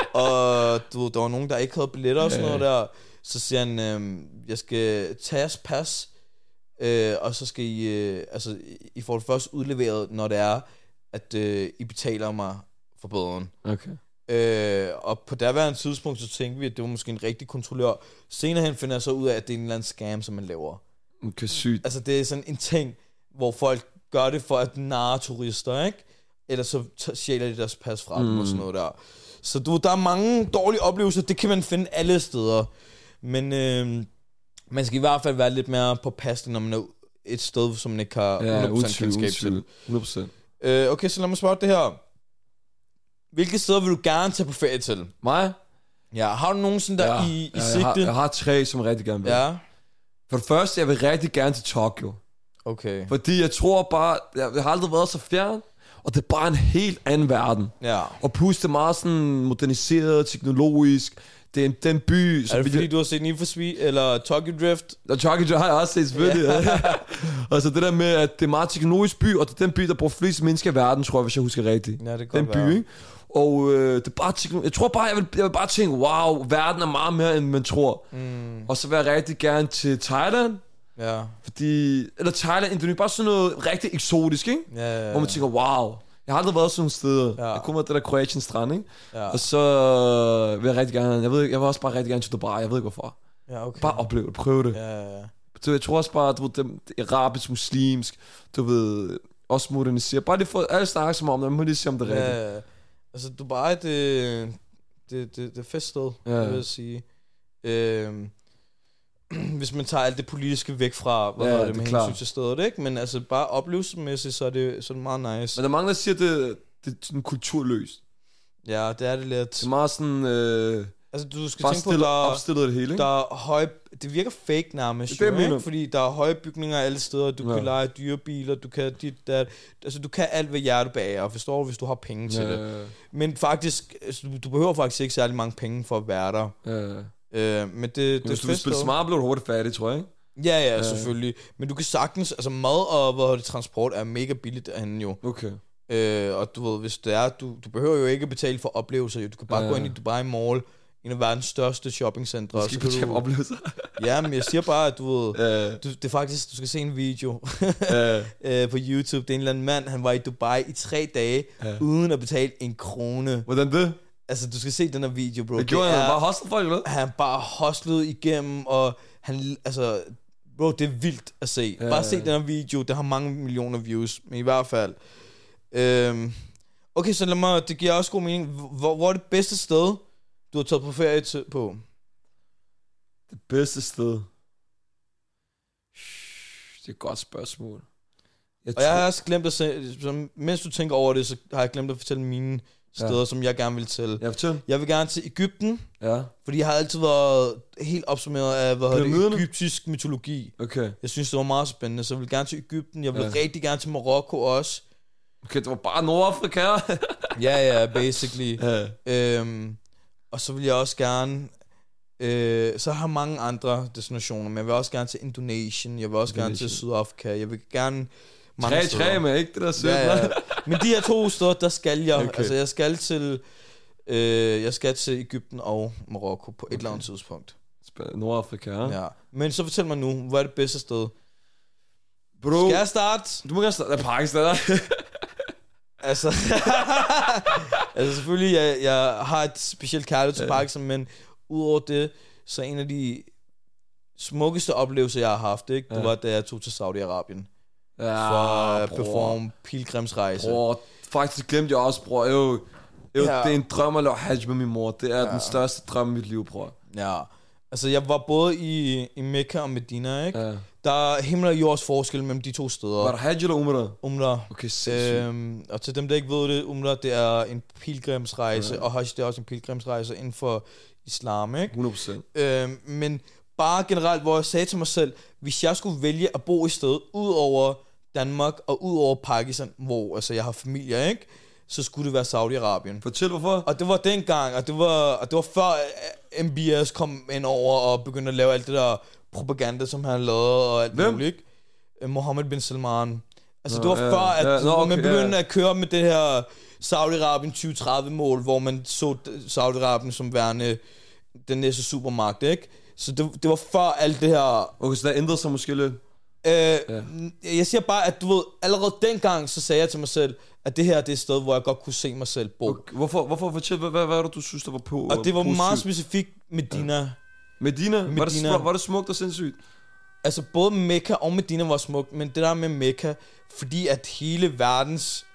Og du, der var nogen, der ikke havde billetter og sådan noget der. Så siger han, øh, jeg skal tage jeres pas, øh, og så skal I, øh, altså, I får det først udleveret, når det er, at øh, I betaler mig for bøden. Okay. Øh, og på daværende tidspunkt, så tænkte vi, at det var måske en rigtig kontrollør. Senere hen finder jeg så ud af, at det er en eller anden scam, som man laver. Okay, sygt. Altså, det er sådan en ting, hvor folk gør det for at narre turister, ikke? Eller så t- sjæler de deres pas fra mm. dem og sådan noget der. Så du, der er mange dårlige oplevelser, det kan man finde alle steder. Men øh, man skal i hvert fald være lidt mere påpasselig, når man er et sted, som man ikke har ja, hundrede procent kendskab til. hundrede procent. Øh, okay, så lad mig spørge det her. Hvilke steder vil du gerne tage på ferie til? Mig? Ja, har du nogen sådan der ja, i, i ja, sigte? Jeg har, jeg har tre, som jeg rigtig gerne vil. Ja. For det første, jeg vil rigtig gerne til Tokyo. Okay. Fordi jeg tror bare, jeg, jeg har aldrig været så fjern, og det er bare en helt anden verden. Ja. Og plus det er meget sådan moderniseret, teknologisk. Det er en, den by... Er det fordi, jeg... du har set Need for Speed, eller Tokyo Drift? Og Tokyo Drift har jeg også set, selvfølgelig. Ja. Og så det der med, at det er meget teknologisk by, og det er den by, der bruger flest mennesker i verden, tror jeg, hvis jeg husker rigtigt. Ja, det kan den by, ikke? Og øh, det er bare teknologi. Jeg tror bare, jeg vil, jeg vil bare tænke, wow, verden er meget mere, end man tror. Mm. Og så vil jeg rigtig gerne til Thailand. Ja. Fordi... Eller Thailand, Indonesien, bare sådan noget rigtig eksotisk, ikke? Ja, ja, ja. Hvor man tænker, wow... Jeg har aldrig været sådan nogle steder. Ja. Jeg kommer af det der Kroatien strand, ikke? Ja. Og så vil jeg rigtig gerne... Jeg ved jeg vil også bare rigtig gerne til Dubai. Jeg ved ikke hvorfor. Ja, okay. Bare opleve det. Prøve det. Ja, ja, ja. Så jeg tror også bare, du ved, det, det arabisk, muslimsk, du ved, også moderniseret. Bare det for alle snakker som om, man må lige se om det er rigtigt. Ja, altså Dubai, det, det, det, det er fest sted, ja. Jeg vil sige. Øhm, hvis man tager alt det politiske væk fra, hvad ja, det med hensyn til stedet, ikke? Men altså bare oplevelsesmæssigt, så er det, så er det meget nice. Men der er mange, der siger, at det, det er sådan kulturløst. Ja, det er det lidt. Det er meget sådan... Øh, altså du skal tænke på, der opstillet det hele, ikke? Der er høje... Det virker fake nærmest, det jo, ikke? Fordi der er høje bygninger alle steder, du ja. kan lege dyrebiler, du kan dit, der, altså du kan alt, hvad hjertet bager, forstår du, hvis du har penge til ja. det. Men faktisk, altså, du behøver faktisk ikke særlig mange penge for at være der. Ja. Øh, men det, det hvis du vil spille smart, bliver du hurtigt færdig, tror jeg, ikke? Ja, ja, ja, selvfølgelig. Men du kan sagtens... Altså mad og hvad det, transport er mega billigt derhenne jo. Okay. Øh, og du ved, hvis det er, du, du behøver jo ikke betale for oplevelser. Du kan bare ja. gå ind i Dubai Mall, en af verdens største shoppingcentre. Du skal ikke betale oplevelser. Ja, men jeg siger bare, at du ved, ja. du, det er faktisk, du skal se en video ja. øh, på YouTube. Det er en eller anden mand, han var i Dubai i tre dage, ja. uden at betale en krone. Hvordan det? Altså, du skal se den her video, bro. Hvad gjorde han? Han bare hostlede folk, eller? Han bare hostlede igennem, og han, altså, bro, det er vildt at se. Ja. Bare se den her video, det har mange millioner views, men i hvert fald. Øhm, okay, så lad mig, det giver også god mening. Hvor, hvor er det bedste sted, du har taget på ferie til, på? Det bedste sted? Det er et godt spørgsmål. Jeg og tror... jeg har også glemt at se, mens du tænker over det, så har jeg glemt at fortælle mine steder, ja. som jeg gerne vil til. Ja, fortæl. Jeg vil gerne til Egypten, ja. fordi jeg har altid været helt opsummeret af, hvad hedder det, egyptisk mytologi. Okay. Jeg synes, det var meget spændende, så jeg vil gerne til Egypten. Jeg vil ja. rigtig gerne til Marokko også. Okay, det var bare Nordafrika. ja, ja, basically. Ja. Øhm, og så vil jeg også gerne... Øh, så har mange andre destinationer, men jeg vil også gerne til Indonesien. Jeg vil også Indonesien. gerne til Sydafrika. Jeg vil gerne... Mange tre, tre med, ikke det der sødt, ja, ja. Men de her to steder, der skal jeg. Okay. Altså, jeg skal til... Øh, jeg skal til Egypten og Marokko på okay. et eller andet tidspunkt. Nordafrika, ja. ja. Men så fortæl mig nu, hvad er det bedste sted? Bro, skal jeg starte? Du må gerne starte. Der er Pakistan. altså, altså selvfølgelig, jeg, jeg har et specielt kærlighed til ja. Pakistan, men udover det, så en af de smukkeste oplevelser, jeg har haft, ikke? Det ja. var, da jeg tog til Saudi-Arabien. Ja, for at performe pilgrimsrejse. Bror, faktisk glemte jeg også, bror. Jo, jo, ja. Det er en drøm at lave hajj med min mor. Det er ja. den største drøm i mit liv, bror. Ja, altså jeg var både i, i Mekka og Medina, ikke? Ja. Der er himmel og jords forskel mellem de to steder. Var det hajj eller umrah? Umrah. Okay, sindssygt. Øhm, og til dem, der ikke ved det, umrah, det er en pilgrimsrejse, ja. og hajj, det er også en pilgrimsrejse inden for islam, ikke? hundrede procent. Øhm, men bare generelt, hvor jeg sagde til mig selv, hvis jeg skulle vælge at bo i stedet, ud over Danmark og ud over Pakistan, hvor altså, jeg har familie, ikke? Så skulle det være Saudi-Arabien. Fortæl hvorfor. Og det var dengang, og det var, og det var før M B S kom ind over og begyndte at lave alt det der propaganda, som han lavede og alt Hvem? muligt. Mohammed bin Salman. Altså Nå, det var ja, før, at ja, nå, okay, man begyndte ja. at køre med det her Saudi-Arabien tyve tredive mål, hvor man så Saudi-Arabien som værende den næste supermagt, ikke? Så det, det var før alt det her... Okay, så der ændrede sig måske lidt? Øh, ja. Jeg siger bare, at du ved, allerede dengang, så sagde jeg til mig selv, at det her det er et sted, hvor jeg godt kunne se mig selv bo. Okay, hvorfor, hvorfor fortæl, hvad, hvad, hvad er det, du synes, der var på? Og det var positivt? meget specifikt Medina. Ja. Medina? Medina. Var, det, var det smukt og sindssygt? Altså både Mekka og Medina var smukt, men det der med Mekka, fordi at hele verdens,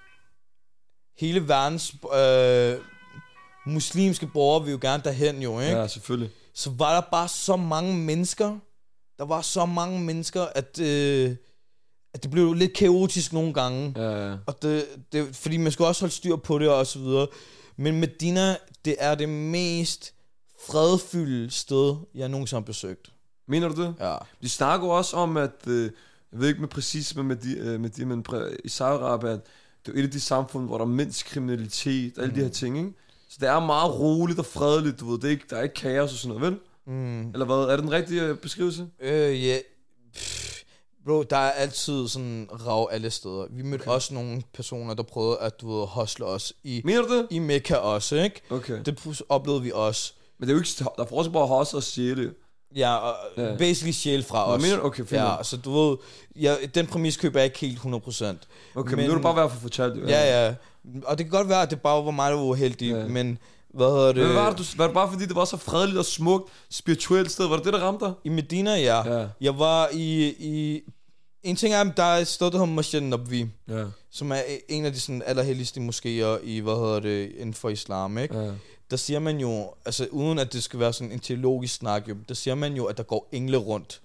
hele verdens øh, muslimske borgere vil jo gerne derhen jo, ikke? Ja, selvfølgelig. Så var der bare så mange mennesker, der var så mange mennesker, at, øh, at det blev lidt kaotisk nogle gange. Ja, ja. Og det, det, fordi man skulle også holde styr på det og så videre. Men Medina, det er det mest fredfyldte sted, jeg nogensinde har besøgt. Mener du det? Ja. De snakker også om, at, øh, jeg ved ikke med præcis med de, med de men præ, i Saudi-Arabien, at det er et af de samfund, hvor der er mindst kriminalitet og alle mm. de her ting, ikke? Så det er meget roligt og fredeligt, du ved. Det er ikke, der er ikke kaos og sådan noget, vel? Mm. Eller hvad? Er det den rigtige beskrivelse? Øh, ja. Pff, bro, der er altid sådan rav alle steder. Vi mødte okay. også nogle personer, der prøvede at, du ved, hostle os i, Mener du det? i Mekka også, ikke? Okay. Det oplevede vi også. Men det er jo ikke, der er forskel på at hostle og stjæle. Ja, og ja. basically stjæle fra os. Mener du? Okay, fint. Ja, så du ved, ja, den præmis køber jeg ikke helt hundrede procent. Okay, men, men nu er det bare værd at få fortalt det. Ja, ja. Og det kan godt være, at det bare var mig, der var uheldig, ja. men... Hvad hedder det? Men var det, var det bare fordi, det var så fredeligt og smukt, spirituelt sted? Var det det, der ramte dig? I Medina, ja. ja. Jeg var i, i... En ting er, der er et sted, der hedder Masjid Nabvi, ja. som er en af de sådan allerhelligste moskéer i, hvad hedder det, inden for islam, ikke? Ja. Der siger man jo, altså uden at det skal være sådan en teologisk snak, jo, der siger man jo, at der går engle rundt.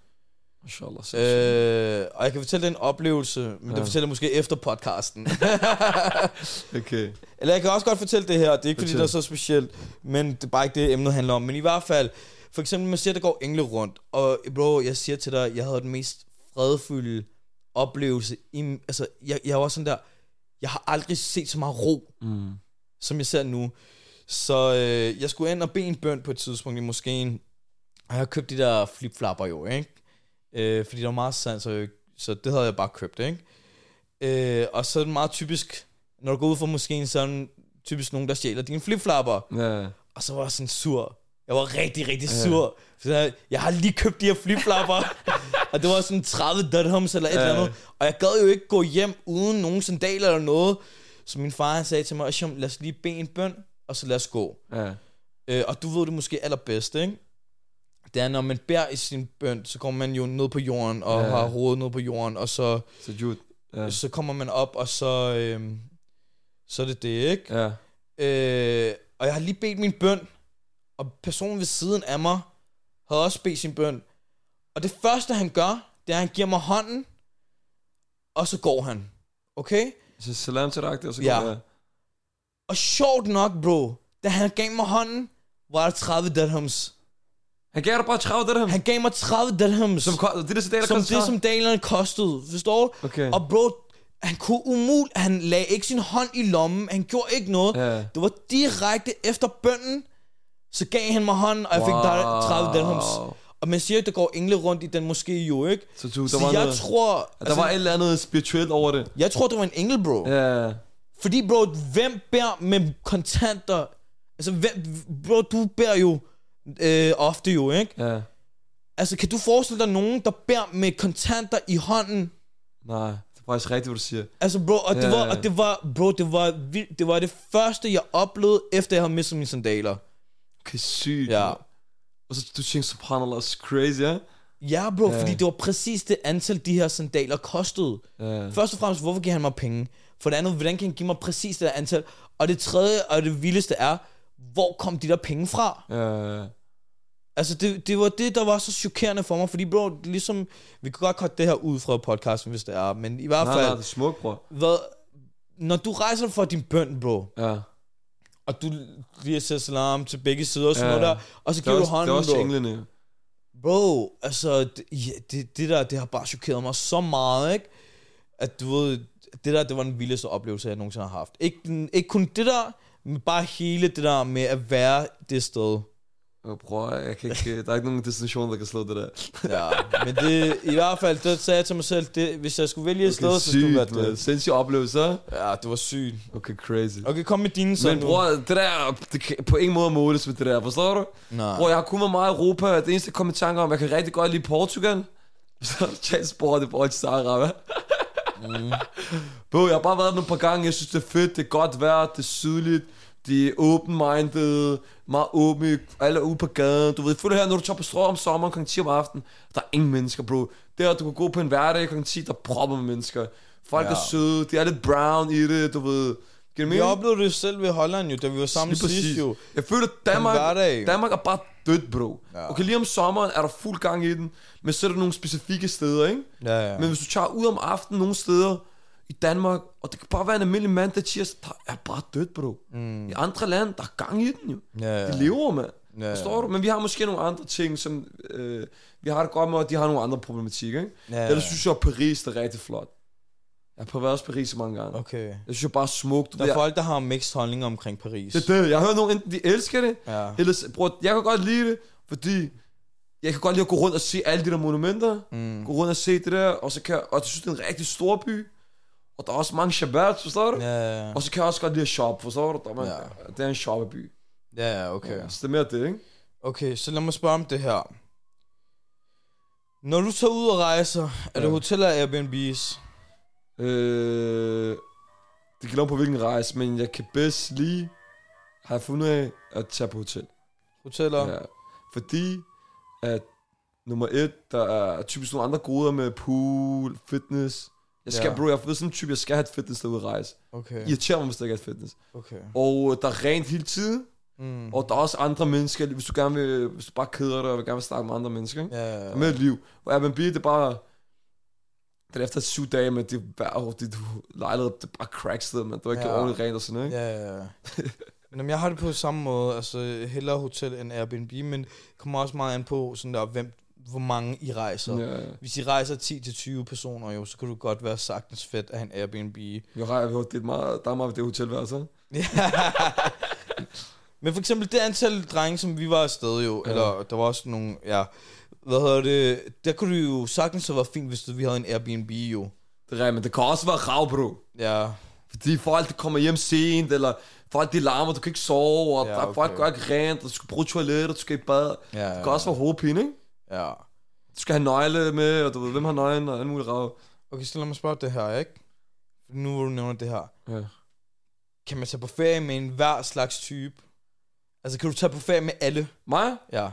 Øh, og jeg kan fortælle en oplevelse, men ja. det fortæller jeg måske efter podcasten. Okay. Eller jeg kan også godt fortælle det her. Det er ikke Fortæl. fordi det er så specielt, men det er bare ikke det emnet handler om. Men i hvert fald, for eksempel man siger, at der går engle rundt. Og bro, jeg siger til dig, jeg havde den mest fredfulde oplevelse i, altså jeg, jeg var sådan der, jeg har aldrig set så meget ro, mm. som jeg ser nu. Så øh, jeg skulle ind og bede en bøn på et tidspunkt i moskeen. Og jeg har købt de der flip-flapper jo, ikke? Øh, fordi der var meget sand, så, så det havde jeg bare købt, ikke? Øh, og så er det meget typisk, når du går ud for måske en sådan, typisk nogen, der stjæler dine flipflapper. Ja. Og så var jeg sådan sur. Jeg var rigtig, rigtig sur. Ja. Så jeg, jeg har lige købt de her flipflapper. Og det var sådan tredive dirhams eller et ja. eller andet. Og jeg gad jo ikke gå hjem uden nogen sandaler eller noget. Så min far han sagde til mig, lad os lige bede en bøn, og så lad os gå. Ja. Øh, og du ved det måske allerbedst, ikke? Det er, når man beder i sin bøn, så kommer man jo ned på jorden, og ja. har hovedet ned på jorden, og så, så, ja. så kommer man op, og så, øh, så er det det, ikke? Ja. Øh, og jeg har lige bedt min bøn, og personen ved siden af mig havde også bedt sin bøn. Og det første, han gør, det er, at han giver mig hånden, og så går han. Okay? Så salam til dig, og så ja. går jeg. Og sjovt nok, bro, da han gav mig hånden, var der tredive dirhams. Han gav dig bare tredive dirhams? Han gav mig tredive dirhams. Som det, det, det, som det, som dalerne kostede. Forstår du? Okay. Og bro, han kunne umuligt, han lagde ikke sin hånd i lommen, han gjorde ikke noget. Ja. Det var direkte efter bønnen, så gav han mig hånden, og jeg fik wow. tredive dirhams. Og man siger, at der går engle rundt i den måske jo, ikke? Så, du, der så var jeg noget, tror... Der altså, var et eller andet spirituelt over det. Jeg tror, det var en engel, bro. Ja. Fordi, bro, hvem beder med kontanter? Altså, hvem, bro, du beder jo øh, ofte jo, ikke? Ja. Altså, kan du forestille dig nogen, der beder med kontanter i hånden? Nej, det er faktisk rigtigt, hvad du siger. Altså, bro, og det ja. var, og det var, bro, det var, vildt, det var det første, jeg oplevede, efter jeg havde mistet mine sandaler. Okay, sygt. Ja. Og så du tænkte, subhanallah, it's crazy, ja? Ja, bro, ja. fordi det var præcis det antal, de her sandaler kostede. Ja. Først og fremmest, hvorfor giver han mig penge? For det andet, hvordan kan han give mig præcis det der antal? Og det tredje, og det vildeste er, hvor kom de der penge fra? Ja. Altså, det, det var det, der var så chokerende for mig, fordi, bro, ligesom, vi kan godt cutte det her ud fra podcasten, hvis det er, men i hvert fald... Nej, nej, det er smukt, bro. Hvad, når du rejser for din bøn, bro, ja. og du lige siger salam til begge sider og sådan ja. noget der, og så giver du hånden, bro. Det er også englene. Bro, altså, det, ja, det, det der, det har bare chokeret mig så meget, ikke? At du ved, det der, det var den vildeste oplevelse, jeg nogensinde har haft. Ikke, ikke kun det der, men bare hele det der med at være det sted. Jeg prøver, jeg kan ikke, der er ikke nogen destination, der kan slå det der. Ja, men det, i hvert fald, det sagde jeg til mig selv, det, hvis jeg skulle vælge et okay, sted, så skulle det være det. Sindssygt oplevelse, ja, det var sygt. Okay, crazy. Okay, kom med dine så. Men bror, det der, det kan på ingen måde måles med det der, forstår du? Nej. Bror, jeg har kun været meget i Europa, det eneste, jeg kom i tanke om, jeg kan rigtig godt lide Portugal. Så Charles Sport i forhold til Sahara, mm. Bro, jeg har bare været der nogle par gange, jeg synes det er fedt, det er godt vejr, det er sydligt. De er open-minded, meget åbne, alle er ude på gaden. Du ved, jeg føler her, når du tager på strå om sommeren klokken ti om aftenen, der er ingen mennesker, bro. Der, du kan gå på en hverdag klokken ti, der er propper med mennesker. Folk ja. er søde, de er lidt brown i det, du ved. Vi oplevede det selv ved Holland jo, da vi var sammen sidst jo. Jeg føler, Danmark, Danmark er bare dødt, bro. Ja. Okay, lige om sommeren er der fuld gang i den, men så er der nogle specifikke steder, ikke? Ja, ja. Men hvis du tager ud om aftenen nogle steder, i Danmark, og det kan bare være en almindelig mand, der tirs, der er bare dødt, bro. Mm. I andre lande, der er gang i den jo. Ja, ja. De lever, mand. Ja, ja. Forstår du? Men vi har måske nogle andre ting, som... Øh, vi har det godt med, og de har nogle andre problematikker, ikke? Ja, ja. Ellers synes jeg, at Paris det er rigtig flot. Jeg har været også Paris så mange gange. Okay. Jeg synes, jeg bare smukt. Der er folk, der har mixed holdninger omkring Paris. Det er det. Jeg har hørt nogen, enten de elsker det, ja. Ellers, bror, jeg kan godt lide det, fordi... Jeg kan godt lide at gå rundt og se alle de der monumenter. Mm. Gå rundt og se det der, og så kan jeg... Og jeg synes, det er en rigtig stor by. Og der er også mange shababs, forstår du? Ja, ja. Og så kan jeg også godt lide at shoppe, forstår du? Der er man, ja. Det er en shoppeby. Ja, ja, okay. Ja, så det er mere det, ikke? Okay, så lad mig spørge om det her. Når du tager ud og rejser, er ja. det hoteller eller Airbnb's? Øh, det kan lave på hvilken rejse, men jeg kan bedst lige have fundet af at tage på hotel. Hoteller? Ja, fordi at nummer et, der er typisk nogle andre goder med pool, fitness. Jeg skal, ja. bro, jeg er sådan en type, jeg skal have et fitness derude at rejse. Okay. Irriterer mig, hvis der ikke er et fitness. Okay. Og der er rent hele tiden. Mm. Og der er også andre mennesker, hvis du gerne vil, hvis du bare keder dig, og vil gerne vil snakke med andre mennesker, ikke? Ja, ja, ja. Med et liv. Og Airbnb, det er bare, det er efter syv dage, men det er bare, det er lejlighed, det er bare cracksted, men du er ikke ja. ordentligt rent og sådan noget, ikke? Ja, ja, ja. Jamen, jeg har det på samme måde, altså hellere hotel end Airbnb, men det kommer også meget an på, sådan der, hvem, hvor mange I rejser. Ja, ja. Hvis I rejser ti til tyve personer, jo, så kan du godt være sagtens fedt at have en Airbnb. Jeg har hørt, det er meget, der er meget ved det hotelværelse. Men for eksempel det antal drenge, som vi var afsted jo, ja. Eller der var også nogle, ja, hvad hedder det, der kunne det jo sagtens have været fint, hvis vi havde en Airbnb jo. Det er men det kan også være rav, bro. Ja. Fordi folk, de kommer hjem sent, eller folk, de larmer, du kan ikke sove, og ja, okay. folk gør ikke rent, og du skal bruge toilet, og du skal i bad. Ja, ja, ja. Det kan også være hovedpine, ikke? Ja. Du skal have nøgle med, og du ved, hvem har nøglen, og alt muligt rav. Okay, så lad mig spørge det her, ikke? Nu hvor du nævner det her. Ja. Kan man tage på ferie med en hver slags type? Altså, kan du tage på ferie med alle? Mig? Ja.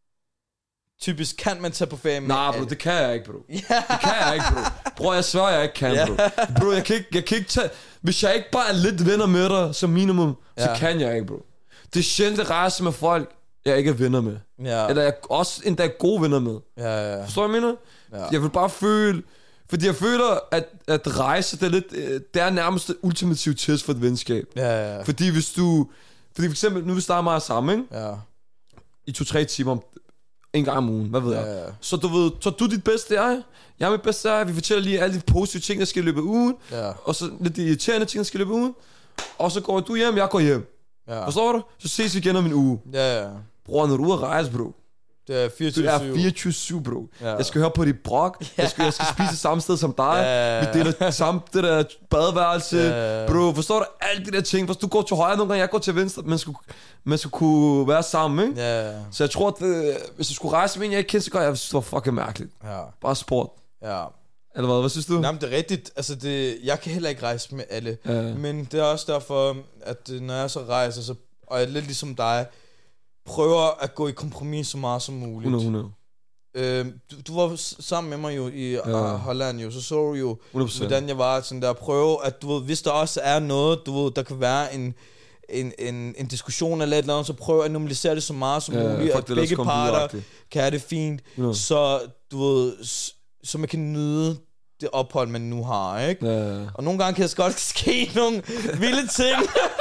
Typisk, kan man tage på ferie med Nej, alle? bro, det kan jeg ikke, bro. Det kan jeg ikke, bro. Bro, jeg svær, jeg ikke kan, bro. Bro, jeg kan ikke, jeg kan ikke tage... Hvis jeg ikke bare er lidt venner med dig, som minimum, så ja. kan jeg ikke, bro. Det er sjældent at rejse med folk, jeg ikke er venner med. Ja. Eller jeg også endda er gode venner med. Ja, ja, ja. Forstår du, hvad jeg mener? Ja. Jeg vil bare føle... Fordi jeg føler, at, at rejse, det er, lidt, det er nærmest det ultimative test for et venskab. Ja, ja, ja. Fordi hvis du... Fordi for eksempel, nu vi starter meget sammen, ikke? Ja. I to-tre timer om en gang om ugen, hvad ved ja, jeg. Ja. Så du ved, så du er dit bedste jeg, jeg er mit bedste jeg, vi fortæller lige alle de positive ting, der skal løbe ugen, ja. og så lidt de irriterende ting, der skal løbe ugen, og så går du hjem, jeg går hjem. Ja. Forstår du? Så ses vi igen om en uge. Ja, ja. Bror, når du er ude at rejse, bro. Det er fireogtyve syv. Du er fireogtyve syv, bro. Ja. Jeg skal høre på dit brok. Ja. Jeg, skal, jeg skal spise samme sted som dig. Ja. Vi deler samme det der badeværelse. Ja. Bro, forstår du alle de der ting? Hvis du går til højre nogle gange, jeg går til venstre. Man skulle, man skulle kunne være sammen, ikke? Ja. Så jeg tror, at det, hvis du skulle rejse med en, jeg ikke kender, så gør jeg, jeg synes, det var fucking mærkeligt. Ja. Bare sport. Ja. Eller hvad? Hvad synes du? Nej, men det er rigtigt. Altså, det, jeg kan heller ikke rejse med alle. Ja. Men det er også derfor, at når jeg så rejser, så, og jeg er lidt ligesom dig, prøver at gå i kompromis så meget som muligt. hundrede hundrede Øh, du, du var sammen med mig jo i ja. uh, Holland jo, så så du jo, hundrede procent hvordan jeg var sådan der, prøve at du ved, hvis der også er noget, du ved, der kan være en, en, en, en diskussion eller et eller andet, så prøv at normalisere det så meget som ja, muligt, at begge parter kan have det fint, ja. Så du ved, så man kan nyde det ophold, man nu har, ikke? Ja. Og nogle gange kan det godt ske nogle vilde ting.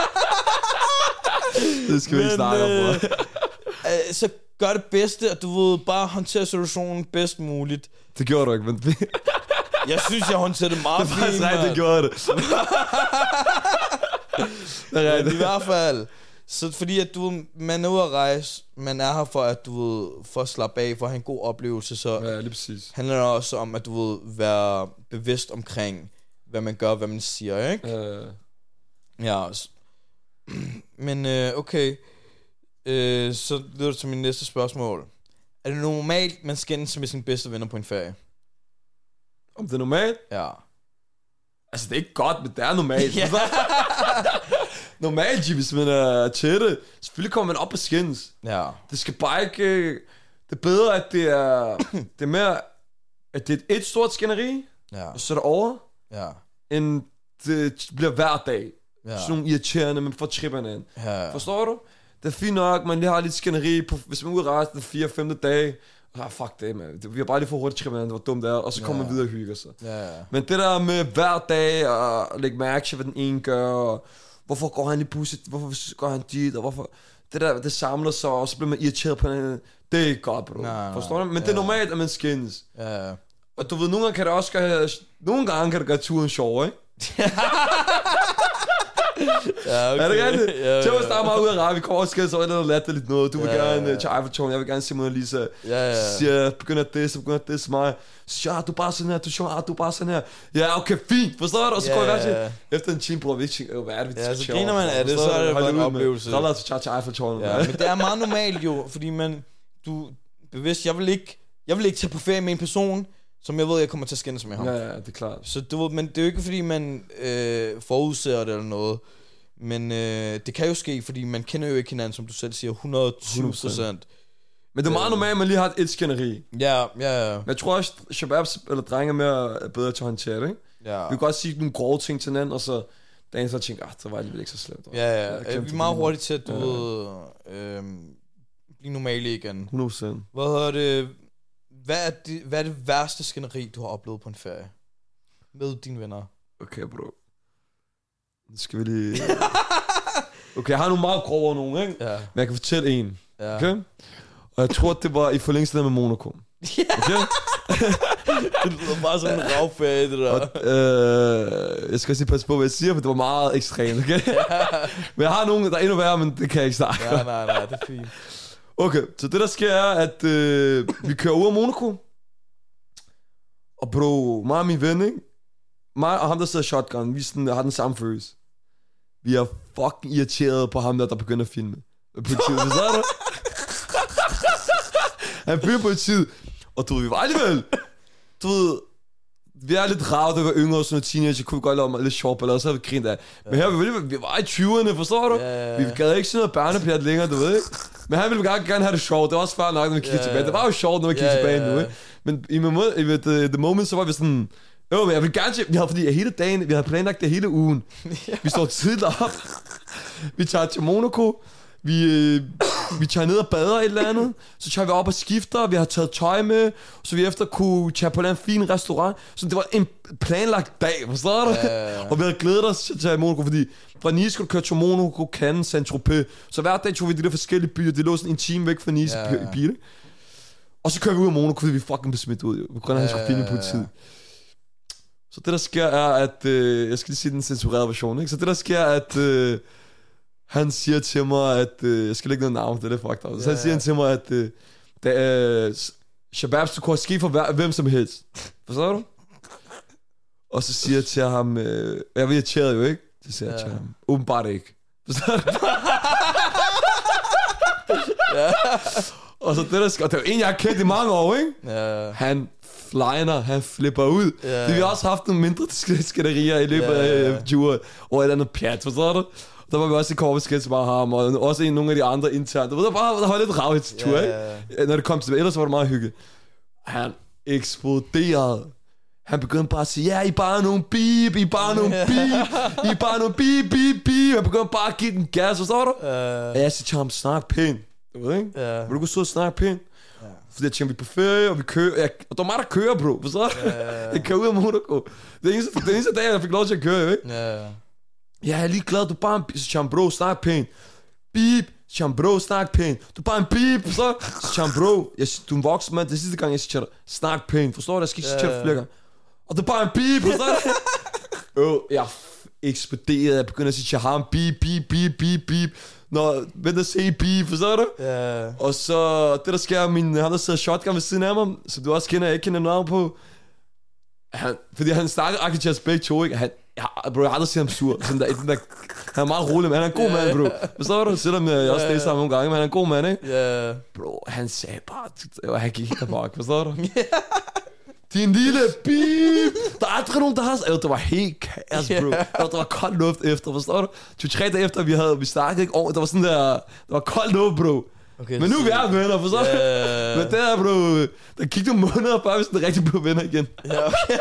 Det skal vi ikke snakke om, øh, øh, så gør det bedste, at du ved, bare håndtere situationen bedst muligt. Det gjorde du ikke, men... Jeg synes, jeg håndterede det meget fint, det fint, det gjorde det. Det er rigtigt. I hvert fald. Så fordi at du, man er ude at rejse, man er her for at du ved, for at slappe af, for at have en god oplevelse, så ja, lige præcis. handler det også om, at du ved, være bevidst omkring, hvad man gør, hvad man siger, ikke? Ja. Ja. Men øh, okay. Øh, så leder det til min næste spørgsmål. Er det normalt, man skændes med sine bedste venner på en ferie? Om det er normalt? Ja. Altså, det er ikke godt, men det er normalt. Ja. Normalt, hvis man er tætte, selvfølgelig kommer man op og skændes. Ja. Det skal bare ikke... Det er bedre, at det er... Det er mere... At det er et stort skænderi, ja. Og så er det over, ja. End det bliver hver dag. Ja. Sådan nogle irriterende, man får tripperne ind. Ja. Forstår du? Det er fint nok, man lige har lidt skænderi på, hvis man er ude at rejse den fire femte dag. Ah, fuck det, man. Vi har bare lige fået hurtigt tripperne, det var dumt der, og så kommer ja. man videre og hygger sig. Ja. Men det der med hver dag, og lægge mærke til, hvad den ene gør, og hvorfor går han i busset, hvorfor går han dit, og hvorfor... Det der, det samler sig, og så bliver man irriteret på hinanden. Det er ikke godt, bro. Nej, forstår du? Men ja. det er normalt, at man skændes. Ja. Og du ved, nogle gange kan det også gøre... Nogle gange kan det gøre turen sjov, ikke? Ja, okay. Er det rigtigt? Ja, ja. Til at starte meget ud af rej, vi kommer også skændes over et eller andet latterligt noget. Du vil ja, gerne ja. til Eiffeltårnet, jeg vil gerne se Mona Lisa. Ja, ja. Så siger jeg, begynder at disse, begynder at disse mig. Så siger jeg, du er bare sådan her, du siger, du er bare sådan her. Ja, okay, fint, forstår du? Og så ja, går jeg ja, ja. efter en time, bror, vi ikke hvad er det, vi ja, så griner man af det, så er det bare en oplevelse. Så er det til Eiffeltårnet. Ja, men det er meget normalt jo, fordi man, du bevidst, jeg vil ikke, jeg vil ikke tage på ferie med en person, som jeg ved, jeg kommer til at skændes med ham. Ja, ja, det er klart. Så du ved, men det er jo ikke, fordi man øh, forudser det eller noget. Men øh, det kan jo ske, fordi man kender jo ikke hinanden, som du selv siger, hundrede og tyve procent. Men det er meget normalt, at man lige har et skænderi. Ja, ja, ja. Men jeg tror også, at shababs eller drenge er mere bedre til at håndtere det, ikke? Ja. Vi kan godt sige nogle grove ting til hinanden, og så dagen så tænker, ah, det var alligevel ikke så slemt. Ja, ja. ja vi er meget hurtigt til at, du ja. ved, øh, blive normale igen. hundrede procent. Hvad hedder det? Hvad er det, hvad er det værste skænderi, du har oplevet på en ferie? Med dine venner. Okay, bro. Nu skal vi lige... Okay, jeg har nogle meget grove nogen, ikke? Ja. Men jeg kan fortælle en. Ja. Okay? Og jeg tror, det var i forlængelse der med Monaco. Okay? Det lyder bare sådan en ravferie, det der. Og, øh, jeg skal også lige passe på, hvad jeg siger, for det var meget ekstremt, okay? Ja. Men jeg har nogen, der er endnu værre, men det kan jeg ikke snakke. Nej, nej, nej, det er fint. Okay, så det der sker er, at øh, vi kører ud af Monaco. Og bro, mig og min ven, ikke? mig og ham, der sidder shotgun, vi sådan, har den samme følelse. Vi er fucking irriteret på ham der, der begynder at filme. Politiet, så er det? Han bliver politiet. Og du ved, vi var alligevel. Du ved, vi er lidt rave, da vi var yngre og sådan noget teenager, kunne vi godt lave lidt sjov ballade, så havde vi grint af. Men her, vi, vi var i tyverne, forstår du? Vi gad ikke sådan noget børnepjat længere, du ved ikke? Men han ville gerne, gerne have det sjovt. Det var også før nok, når vi kiggede tilbage. Det var jo sjovt, når vi kiggede tilbage nu, ikke? Men i the, the moment, så var vi sådan... Jo, men jeg vil gerne... Vi havde, fordi hele dagen, vi havde planlagt det hele ugen. Vi står tidligt op. Vi tager til Monaco. Vi, øh, vi tager ned og bader et eller andet. Så tager vi op og skifter. Vi har taget tøj med. Så vi efter kunne tage på en fin restaurant. Så det var en planlagt dag, forstår du? Yeah. Og vi havde glædet os til at tage i Monaco, fordi fra Nice skulle du køre til Monaco, Cannes, Saint-Tropez. Så hver dag tog vi de der forskellige byer. Det lå sådan en time væk fra Nice yeah. i bil. Og så kører vi ud af Monaco, fordi vi fucking blev smidt ud. På grund af, at han skulle filme politiet. Så det der sker er, at... Øh, jeg skal lige sige den censurerede version, ikke? Så det der sker er, at... Øh, han siger til mig, at... Øh, jeg skal lægge noget navn, det er det fucked up. Så han siger til mig, at... Øh, da, øh, Shababs, du kunne ske for hver, hvem som helst. Forstår du? Og så siger jeg til ham... Øh, jeg var irriteret jo, ikke? Så siger jeg til ham... Åbenbart ikke. Forstår du? Og så det der sker... Og det er jo en, jeg har kendt i mange år, ikke? Han... Liner, han flipper ud. Yeah. Det vi har også haft nogle mindre skænderier i løbet yeah. af tyve år, og et eller andet pjat, forstår du? Der var vi også i korpeskæt, bare ham, og også en nogle af de andre internt. Der var bare der var lidt rav i tur, yeah. ikke? Når det kom til det, ellers var det meget hygge. Han eksploderede. Han begyndte bare at sige, ja, I er bare nogle beep, I er bare nogle beep, I er bare nogle beep, beep, beep. Han begyndte bare at give den gas, forstår du? Uh. Og jeg siger til ham, snak pænt. Du ved ikke? Uh. Vil du gå så og snakke pænt? Fordi jeg tænker, vi er på ferie, og vi kører... Jeg, og der er mig, der kører, bro. Forstår du? Yeah. Jeg kører ud af Monaco. Det eneste, det eneste dag, jeg fik lov til at køre, ikke? Yeah. Ja, jeg er lige glad, du er bare en... Så siger bro, snak pænt. Beep. Så siger bro, snak pænt. Du er bare en beep, så Så siger bro, jeg, du er en voksen mand. Det er sidste gang, jeg siger dig, snak pænt. Forstår du? Jeg skal ikke sige til dig flere gange. Og du er bare en beep, forstår du? Åh, jeg eksploderede. Jeg begynder at sige til ham, beep, beep, beep, beep, beep. Nå, vent at se beef, forstår du? Ja. Yeah. Og så, det der sker, min, han der sidder shotgun ved siden af mig, som du også kender, jeg ikke kender navn på. Han, fordi han snakker Architects begge to, ikke? Han, jeg, bro, jeg har aldrig set ham sur. Sådan der, den der, han er meget rolig, men han er en god yeah. mand, bro. Forstår du? Selvom jeg også yeah. sammen nogle gange, men han er en god mand, ikke? Ja. Yeah. Bro, han sagde bare, han gik helt bak, forstår du? Din lille beep. Der er aldrig nogen, der har... Altså, det var helt kaos, bro. Yeah. Der var koldt luft efter, forstår du? to-tre dage efter, vi havde... Vi snakkede ikke over... Der var sådan der... Der var koldt luft, bro. Okay, men nu er vi er venner, forstår du? Yeah. Men der, bro... Der gik nogle måneder, før vi sådan rigtig blev venner igen. Ja, okay.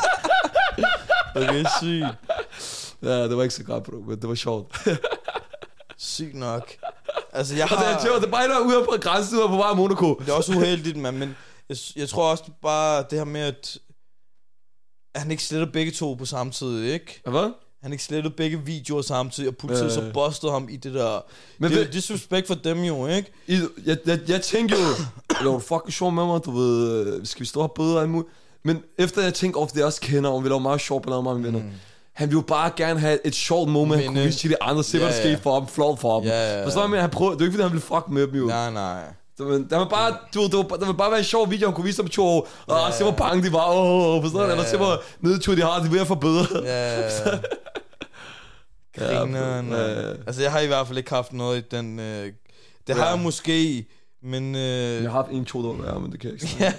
Okay, sygt. Ja, det var ikke så godt, bro. Men det var sjovt. Sygt nok. Altså, jeg har... Og det er sjovt. Det er bare en ude på grænsen, ude på vej af Monaco. Det er også uheldigt, man, men... Jeg, jeg tror også bare det her med at, at han ikke slettede begge to på samme tid, ikke? Hvad? Han ikke slettede begge videoer samtidig, og politiet øh. så bustede ham i det der. Men det er disrespect for dem jo, ikke? I, jeg, jeg, jeg tænkte jo, det var fucking sjov med mig, du ved, skal vi stå og bøde og alt muligt. Men efter jeg tænkte over, det jeg også kender, og vi laver meget sjovt på noget med mine venner. Mm. Han ville jo bare gerne have et sjovt moment, han kunne vise til de andre, se hvad der skete for ham, flot for ham. Ja, ja, ja. Forstår du, men han prøvede, det er ikke fordi han ville fuck med dem jo. Nej, nej. Der var bare, du, der, var, der var bare være en sjov video, han kunne vise dem to år. Og yeah. se hvor bange de var, åh, oh, forstår du? Yeah. Eller se hvor nedtur de har, de er ved at forbedre. Ja, Grineren. Ja, altså, jeg har i hvert fald ikke haft noget i den... Øh, det ja. har jeg måske, men... Øh, jeg har haft en, to år, ja, men det kan jeg ikke.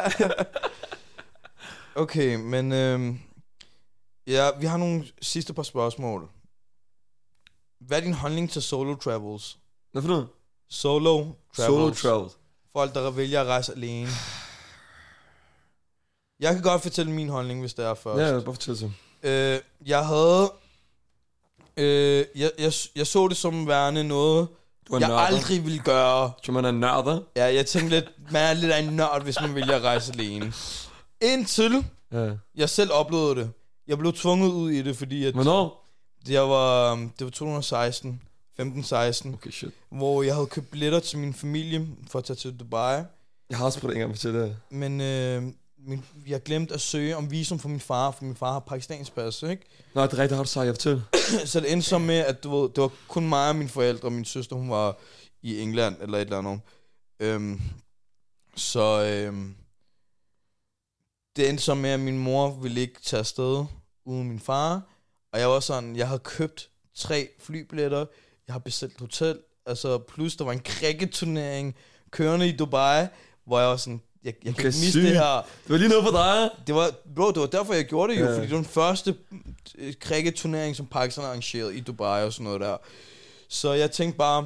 Okay, men... Øh, ja, vi har nogle sidste par spørgsmål. Hvad er din holdning til solo travels? Hvad for noget? Solo travels. Solo travels. Folk, der vælger at rejse alene. Jeg kan godt fortælle min holdning, hvis det er først. Ja, bare fortælle så. Øh, jeg havde... Øh, jeg, jeg, jeg så det som værende noget, jeg nørder. aldrig ville gøre. Så man er nørder? Ja, jeg tænkte lidt, man er lidt af en nørd, hvis man vælger at rejse alene. Indtil ja. jeg selv oplevede det. Jeg blev tvunget ud i det, fordi at... Hvornår? Det var, det var to tusind og seksten. femten seksten, okay, shit. Hvor jeg havde købt billetter til min familie for at tage til Dubai. Jeg har også prøvet en gang til det. Men øh, min, jeg glemte at søge om visum for min far, for min far har pakistansk pas, ikke? Nej, det er rigtigt, har du sagt, jeg fortæller. Så det endte så med, at du ved, det var kun mig og mine forældre, og min søster, hun var i England, eller et eller andet. Øhm, så øhm, det endte så med, at min mor ville ikke tage afsted. uden min far. Og jeg var sådan, jeg havde købt tre flybilletter, jeg har bestilt hotel, altså plus der var en cricket-turnering kørende i Dubai, hvor jeg var sådan, jeg, jeg kan ikke miste det her. Det var lige noget for dig. Det var, bro, det var derfor, jeg gjorde det jo, ja. fordi det var den første cricket-turnering, som Pakistan arrangerede i Dubai og sådan noget der. Så jeg tænkte bare,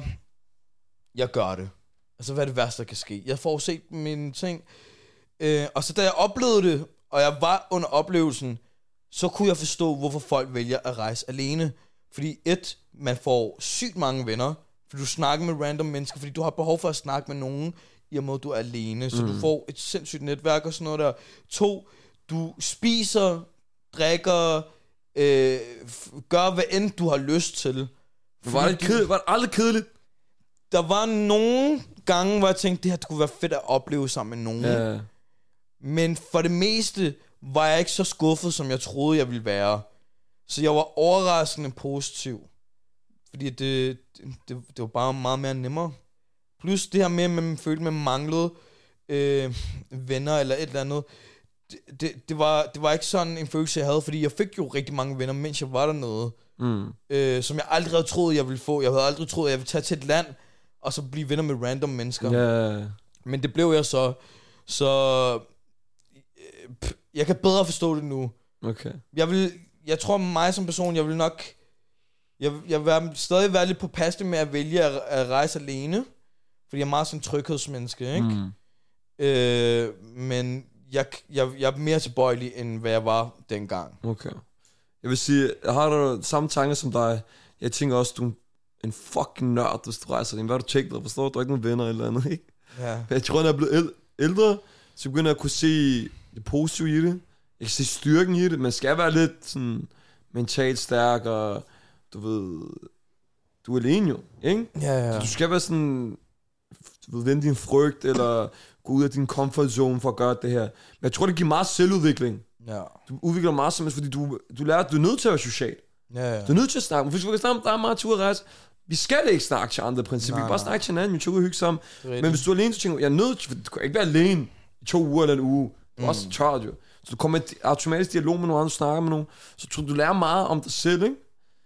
jeg gør det. Altså, hvad er det værste, der kan ske? Jeg får set mine ting. Øh, og så da jeg oplevede det, og jeg var under oplevelsen, så kunne jeg forstå, hvorfor folk vælger at rejse alene. Fordi et, man får sygt mange venner, fordi du snakker med random mennesker, fordi du har behov for at snakke med nogen, i og med, at du er alene. Så mm. du får et sindssygt netværk og sådan noget der. To, du spiser, drikker, øh, gør hvad end du har lyst til. Var det, ked- var det aldrig kedeligt? Der var nogle gange, hvor jeg tænkte, det her det kunne være fedt at opleve sammen med nogen. Ja. Men for det meste var jeg ikke så skuffet, som jeg troede, jeg ville være. Så jeg var overraskende positiv. Fordi det, det, det, det var bare meget mere nemmere. Plus det her med, at man følte, at man manglede øh, venner eller et eller andet. Det, det, det, var, det var ikke sådan en følelse, jeg havde, fordi jeg fik jo rigtig mange venner, mens jeg var dernede. Mm. Øh, som jeg aldrig havde troet, jeg ville få. Jeg havde aldrig troet, jeg ville tage til et land, og så blive venner med random mennesker. Yeah. Men det blev jeg så. Så øh, jeg kan bedre forstå det nu. Okay. Jeg vil, jeg tror mig som person, jeg vil nok, jeg, jeg vil stadig være lidt påpasselig med at vælge at, at rejse alene, fordi jeg er meget sådan en tryghedsmenneske, ikke? Mm. Øh, men jeg, jeg, jeg er mere tilbøjelig, end hvad jeg var dengang. Okay. Jeg vil sige, jeg har da samme tanker som dig. Jeg tænker også, du er en fucking nørd, hvis du rejser alene. Hvad har du tænkt dig? Forstår du? Du har ikke nogen venner eller andet, ikke? Ja. Jeg tror, når jeg er blevet ældre, så begynder jeg at kunne se det positive i det. Jeg kan se styrken i det. Man skal være lidt sådan mentalt stærk, og du ved, du er alene jo, ikke? Ja, ja. Så du skal være sådan, du ved, vende din frygt, eller gå ud af din comfort zone for at gøre det her. Men jeg tror, det giver meget selvudvikling. Ja. Du udvikler meget som fordi du, du lærer, du er nødt til at være social. Ja, ja. Du er nødt til at snakke. Hvis vi kan snakke, der er meget tur at rejse. Vi skal ikke snakke til andre principper. Vi kan bare snakke til hinanden, vi tjekker hygge sammen. Men hvis du er alene, så tænker du, jeg er nødt til, du kan ikke være alene i to uger eller en uge. Du er mm. også tørt jo. Så du kommer i automatisk dialog med nogen andre, du snakker med nogen. Så tror du, du lærer meget om dig selv, ikke?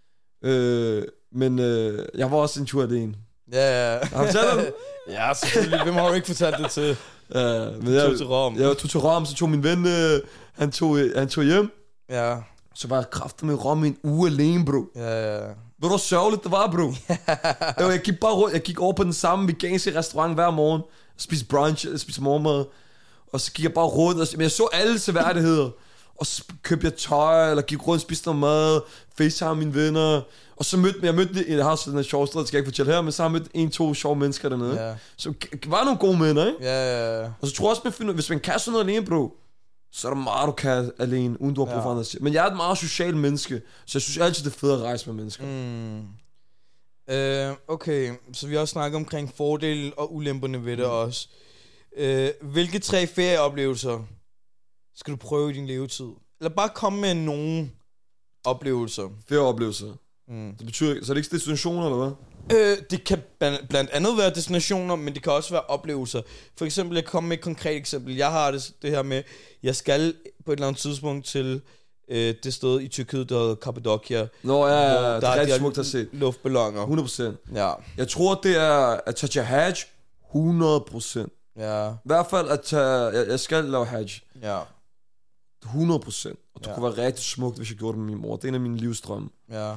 Øh, men øh, jeg var også en tur alene. Ja, ja. Har du fortalt det? Ja, selvfølgelig. Hvem har du ikke fortalt det til? Ja, men jeg tog til Rom. Jeg tog til Rom, så tog min ven, øh, han, tog, han tog hjem. Ja. Så var jeg kraftet med Rom i en uge alene, bro. Ja, ja. Ved du, hvor sørgeligt det var, bro? Jo, jeg gik bare rundt, jeg gik over på den samme veganske restaurant hver morgen. Spiste brunch, spiste morgenmad. Og så gik jeg bare rundt, og, men jeg så alle seværdigheder. Og så købte jeg tøj, eller gik rundt, spiste noget mad, facetime mine venner. Og så mødte jeg, mødte, jeg har sådan en sjov sted, det skal jeg ikke fortælle her, men så har jeg mødt en, to sjove mennesker dernede. Ja. Så det var nogle gode minder, ikke? Ja, ja, ja. Og så tror jeg også, man finder, hvis man kan sådan noget alene, bro, så er der meget, du kan alene, uden du har brug for andre. Men jeg er et meget socialt menneske, så jeg synes altid, det er fedt at rejse med mennesker. Mm. Uh, okay, så vi har også snakket omkring fordele og ulemperne ved det mm. også. Uh, hvilke tre ferieoplevelser skal du prøve i din levetid? Eller bare komme med nogle oplevelser. Ferieoplevelser? Mm. Det betyder, så er det ikke destinationer, eller hvad? Øh, det kan blandt andet være destinationer, men det kan også være oplevelser. For eksempel, jeg kommer med et konkret eksempel. Jeg har det, det her med, jeg skal på et eller andet tidspunkt til øh, det sted i Tyrkiet, der hedder Kappadokia. Nå ja, ja, ja. Det er rigtig de smukt at se. Luftballoner. hundrede procent. Ja. Jeg tror, det er at tage til hajj, hundrede procent. Ja. I hvert fald at tage, jeg, jeg skal lave hajj. Ja. hundrede procent. Og det ja. kunne være rigtig smukt, hvis jeg gjorde det med min mor. Det er en af mine livsdrømme. Ja.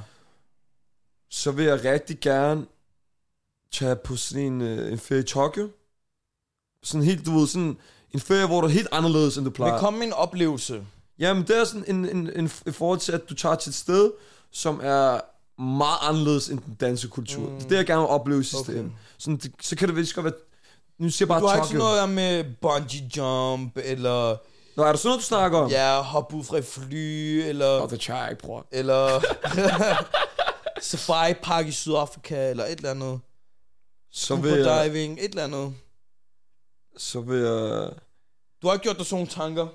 Så vil jeg rigtig gerne tage på sådan en, øh, en ferie i Tokyo. Sådan helt, du ved, sådan en ferie, hvor du er helt anderledes, end du plejer. Men kom med en oplevelse. Jamen, det er sådan en, en, en, en forhold til, at du tager til et sted, som er meget anderledes end den danske kultur. Mm. Det er det, jeg gerne vil opleve i sidste okay. ende. Sådan, det, så kan det vist godt være... Nu siger jeg bare Tokyo. Du har Tokyo. ikke sådan noget med bungee jump, eller... Nå, er der sådan noget, du snakker om? Ja, hoppe ud fra et fly, eller... Nå, det tager jeg ikke, bror. Eller... Safari Park i Sydafrika, eller et eller andet. Så vil jeg... diving, et eller andet. Så vil jeg... Du har ikke gjort dig sådan nogle tanker?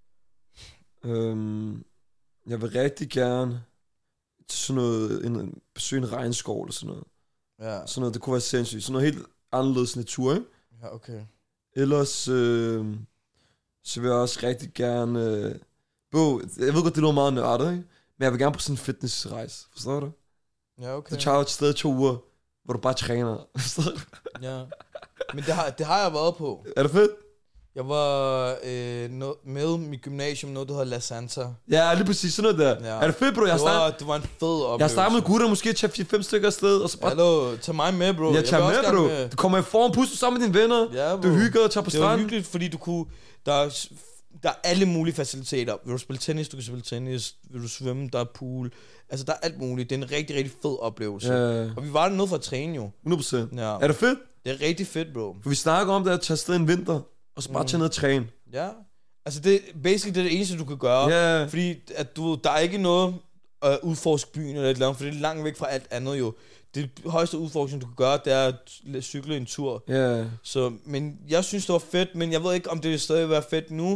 Øhm, jeg vil rigtig gerne til sådan noget, en, besøge en regnskov eller sådan noget. Ja. Sådan noget, det kunne være sindssygt. Sådan noget helt anderledes natur, ikke? Ja, okay. Ellers, øh, så vil jeg også rigtig gerne øh, Bro, jeg ved godt, det er noget meget nørdet, ikke? Men jeg vil gerne på sådan en fitnessrejse. Forstår du? Ja, okay. Så tager jeg et sted to uger, hvor du bare træner. Forstår du? Ja. Men det har, det har jeg været på. Er det fedt? Jeg var øh, no, med mit gymnasium, noget der hedder La Santa. Ja, lige præcis sådan noget der. Ja. Er det fedt, bro? Jeg det, var, det var en fed oplevelse. Jeg starter med gutter, måske tage fire fem stykker afsted. Og så bare... Hallo, tag mig med, bro. Jeg tager med, bro. Med. Du kommer i form, pusser sammen med dine venner. Ja, du hygger og tager på stranden. Det var hyggeligt, fordi du kunne... Der er, der er alle mulige faciliteter. Vil du spille tennis, du kan spille tennis. Vil du svømme, der er pool. Altså, der er alt muligt. Det er en rigtig, rigtig fed oplevelse. Ja. Og vi var der noget for at træne, jo. hundrede procent. Ja. Er det fedt? Det er rigtig fedt, bro. For vi snakker om det at tage afsted en vinter, og så bare mm. tage ned og træne. Ja. Altså, det basically det er det eneste, du kan gøre. Yeah. Fordi at du, der er ikke noget at udforske byen eller et eller andet, for det er langt væk fra alt andet jo. Det højeste udforskning, du kan gøre, det er at cykle en tur. Yeah. Så, men jeg synes, det var fedt, men jeg ved ikke, om det stadig vil være fedt nu.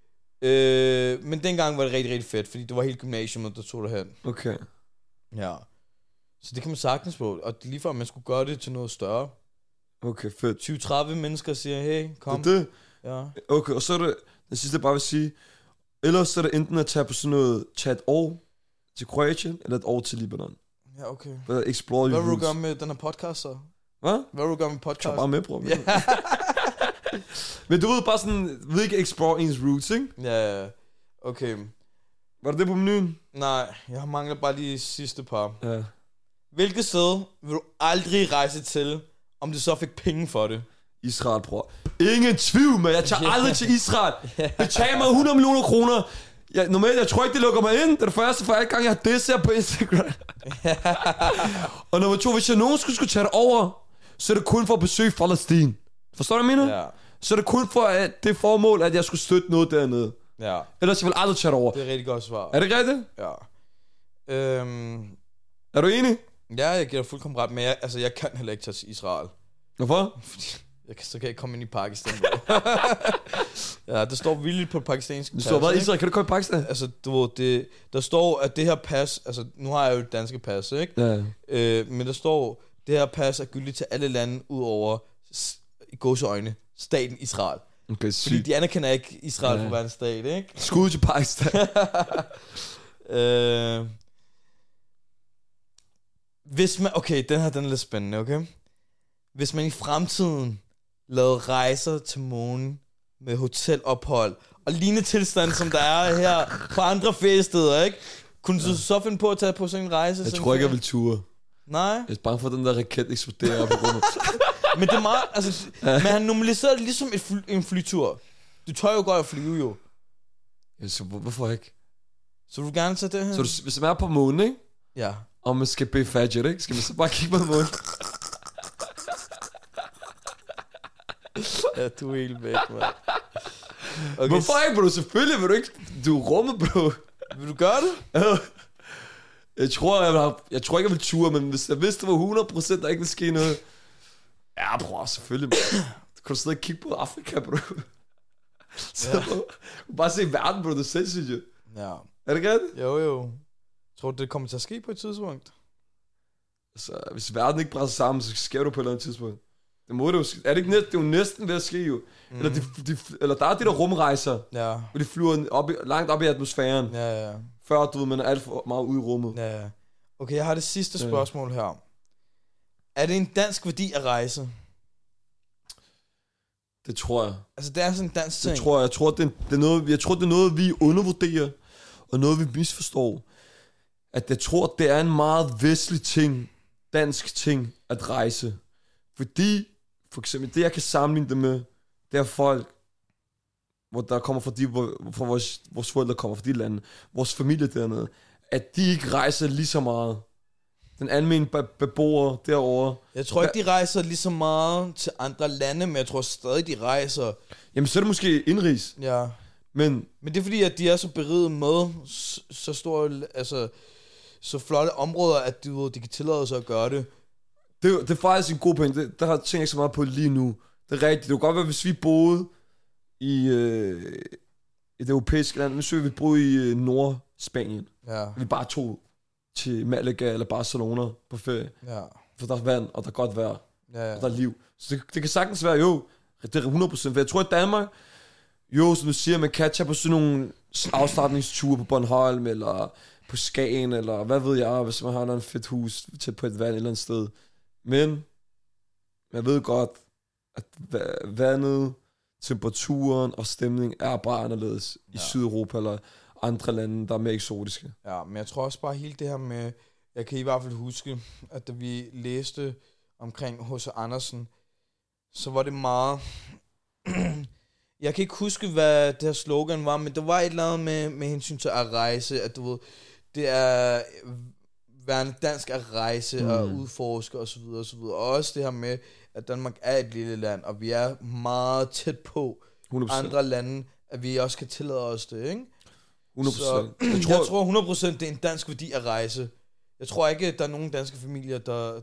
Øh, men dengang var det rigtig, rigtig fedt, fordi det var hele gymnasiet, der tog det hen. Okay. Ja. Så det kan man sagtens på. Og lige før man skulle gøre det til noget større. Okay, fedt. tyve til tredive mennesker siger, hey, kom. Det er det? Ja. Okay, og så er det, det sidste jeg bare vil sige, ellers så er det enten at tage på sådan noget, tage et år til Kroatien, eller et år til Libanon. Ja, okay. But explore Hvad your vil du roots. gøre med den her podcast så? Hvad? Hvad vil du gøre med podcast? Tag bare med, bror. Yeah. Men du ved bare sådan, ved ikke explore ens roots, ikke? Ja, ja. Okay. Var det det på menuen? Nej, jeg mangler bare lige sidste par. Ja. Hvilket sted vil du aldrig rejse til, om du så fik penge for det? Israel, bror. Ingen tvivl, men jeg tager yeah. aldrig til Israel. Betal mig hundrede millioner kroner. Jeg, normalt, jeg tror ikke, det lukker mig ind. Det er det første for alle gang, jeg har det her på Instagram. Og nummer to, hvis jeg nogen skulle, skulle tage det over, så er det kun for at besøge Palæstina. Forstår du, hvad jeg mener? Ja. Så er det kun for at det formål, at jeg skulle støtte noget dernede. Ja. Ellers jeg vil aldrig tage det over. Det er et rigtig godt svar. Er det rigtigt? Ja. Øhm... Er du enig? Ja, jeg giver dig fuldkommen ret, men jeg, altså, jeg kan heller ikke tage til Israel. Hvorfor? Fordi jeg kan, så kan jeg ikke komme ind i Pakistan. Ja, der står vildt på pakistansk pas. Du står bare i Israel, kan du komme i Pakistan? Altså, du ved, det, der står, at det her pas, altså, nu har jeg jo et danske pas, ikke? Ja. Øh, men der står, det her pas er gyldigt til alle lande, udover, i gåseøjne, staten Israel. Okay, sygt. Fordi de anerkender ikke Israel ja. for at være en stat, ikke? Skud til Pakistan. øh, hvis man, okay, den her, den er lidt spændende, okay? Hvis man i fremtiden lavede rejser til månen med hotelophold og lignende tilstand, som der er her på andre feriesteder, ikke? Kunne du ja. så finde på at tage på sådan en rejse? Jeg tror ikke, jeg vil ture. Nej? Jeg er bange for, at den der raket eksploderer op i rummet. Men det er meget, altså, ja. men han normaliserer det ligesom et fly, en flytur. Du tør jo godt at flyve, jo. Ja, så hvorfor ikke? Så du vil gerne tage det her? Så du, hvis man er på månen, ikke? Ja. Og man skal bede Fajr, ikke? Skal man så bare kigge på månen? Ja, du er helt væk, man. Okay. Hvorfor ikke, bro? Selvfølgelig vil du ikke. Du er rummet, bro. Vil du gøre det? Jeg tror, jeg, vil, jeg tror ikke, jeg vil ture, men hvis jeg vidste, det var hundrede procent, der ikke vil ske noget. Ja, bro, selvfølgelig. Du kan du sidde og kigge på Afrika, bro. Så ja. bro, bare se verden, bro. Det er sindssygt, jo. Ja. Er det rigtigt? Jo, jo. Tror du, det kommer til at ske på et tidspunkt? Altså, hvis verden ikke brænder sammen, så sker du på et eller andet tidspunkt. Det må det jo. Er det ikke næsten, det er jo næsten ved at ske, jo. Mm. Eller, de, de, eller der er de der rumrejser. Ja. Hvor de flyver op i, langt op i atmosfæren. Ja, ja. Før du ved, man er alt for meget ude i rummet. Ja, ja. Okay, jeg har det sidste spørgsmål ja. her. Er det en dansk værdi at rejse? Det tror jeg. Altså, det er sådan en dansk ting. Det tror jeg. Jeg tror, det er, det er noget, jeg tror, det er noget, vi undervurderer. Og noget, vi misforstår. At jeg tror, det er en meget vestlig ting. Dansk ting at rejse. Fordi, for eksempel, det jeg kan sammenligne det med, det er folk, hvor der kommer fra de, hvor, hvor vores, vores forældre kommer fra de lande, vores familie dernede, at de ikke rejser lige så meget. Den almindelige beboere derovre. Jeg tror ikke, de rejser lige så meget til andre lande, men jeg tror stadig, de rejser. Jamen, så er det måske indrigs. Ja. Men, men det er fordi, at de er så beriget med så, så store, altså, så flotte områder, at de, de kan tillade sig at gøre det. Det, det er faktisk en god point. Det, der har jeg tænkt ikke så meget på lige nu. Det er rigtigt. Det kunne godt være, hvis vi boede i, øh, i det europæiske land. Hvis vi boede i øh, Nordspanien. Ja. Vi bare tog til Malaga eller Barcelona på ferie. Ja. For der er vand, og der er godt vejr. Ja, ja. Og der er liv. Så det, det kan sagtens være, jo, det er hundrede procent. For jeg tror, at Danmark, jo, som du siger, man kan tage på sådan nogle afstartningstur på Bornholm, eller på Skagen, eller hvad ved jeg, hvis man har noget fedt hus til på et vand et eller andet sted. Men jeg ved godt, at vandet, temperaturen og stemningen er bare anderledes ja. i Sydeuropa eller andre lande, der er mere eksotiske. Ja, men jeg tror også bare hele det her med, jeg kan i hvert fald huske, at da vi læste omkring H C Andersen, så var det meget... jeg kan ikke huske, hvad det her slogan var, men det var et eller andet med, med hensyn til at rejse, at du ved, det er værende dansk at rejse mm. og udforske osv. Og, så videre. Og også det her med, at Danmark er et lille land, og vi er meget tæt på hundrede procent andre lande, at vi også kan tillade os det, ikke? hundrede procent Så jeg tror, jeg tror hundrede procent det er en dansk værdi at rejse. Jeg tror ikke, at der er nogen danske familier, der,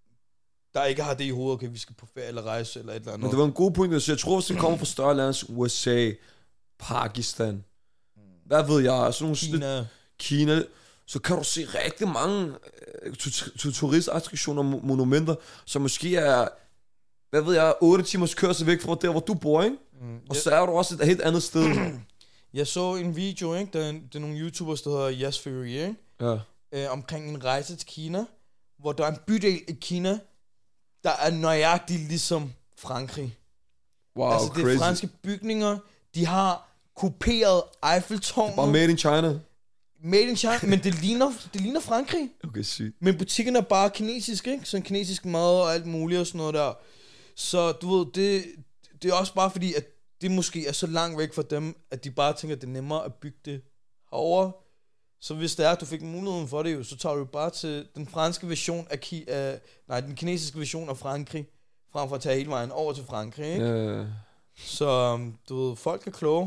der ikke har det i hovedet, okay, vi skal på ferie eller rejse eller et eller andet. Men det var en god point, så jeg tror, hvis det kommer fra større lande som U S A, Pakistan, hvad ved jeg, sådan nogle Kina. Sted, Kina, så kan du se rigtig mange uh, turistattraktioner og monumenter, som måske er, hvad ved jeg, otte timers kørsel væk fra der, hvor du bor, ikke? Mm, og så er du også et helt andet sted. Jeg så en video, ikke? Der, det er nogle YouTubers, der hedder Yes Fury, ikke? Ja. Øh, omkring en rejse til Kina, hvor der er en bydel i Kina, der er nøjagtigt ligesom Frankrig. Wow, altså det er crazy. franske bygninger, de har kopieret Eiffeltårnet. Bare made in China. Made in China, men det ligner, det ligner Frankrig. Okay, sygt. Men butikken er bare kinesisk, ikke? Sådan kinesisk mad og alt muligt og sådan noget der. Så du ved, det, det er også bare fordi, at det måske er så langt væk fra dem, at de bare tænker, at det er nemmere at bygge det herovre. Så hvis det er, at du fik muligheden for det, jo, så tager du bare til den franske version af, Ki- af nej, den kinesiske version af Frankrig, frem for at tage hele vejen over til Frankrig, ikke? Ja. Så du ved, folk er kloge.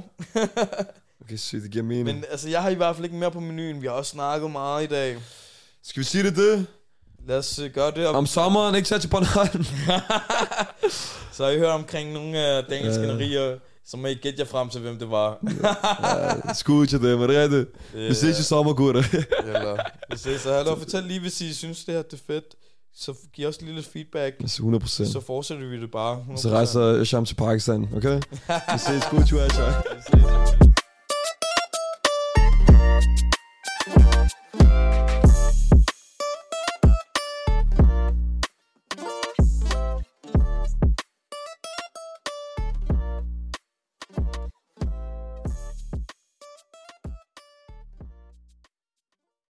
Okay, sygt, det giver mening. Men altså, jeg har i hvert fald ikke mere på menuen. Vi har også snakket meget i dag. Skal vi sige det det? Lad os uh, gøre det. Om sommeren, ikke tage til Bornholm. Så har I hørt omkring nogle af dagens skænderier, så må I gætte jer frem til, hvem det var. Ja, skud til dem, er det rigtigt? Yeah. Vi ses i sommer, gutter. Eller, vi ses. Så hallo, fortæl lige, hvis I synes, det her det er fedt. Så giv os lidt feedback. Altså hundrede procent. Så fortsætter vi det bare. hundrede procent. Så rejser Sham til Pakistan, okay? Vi ses, skud til jer.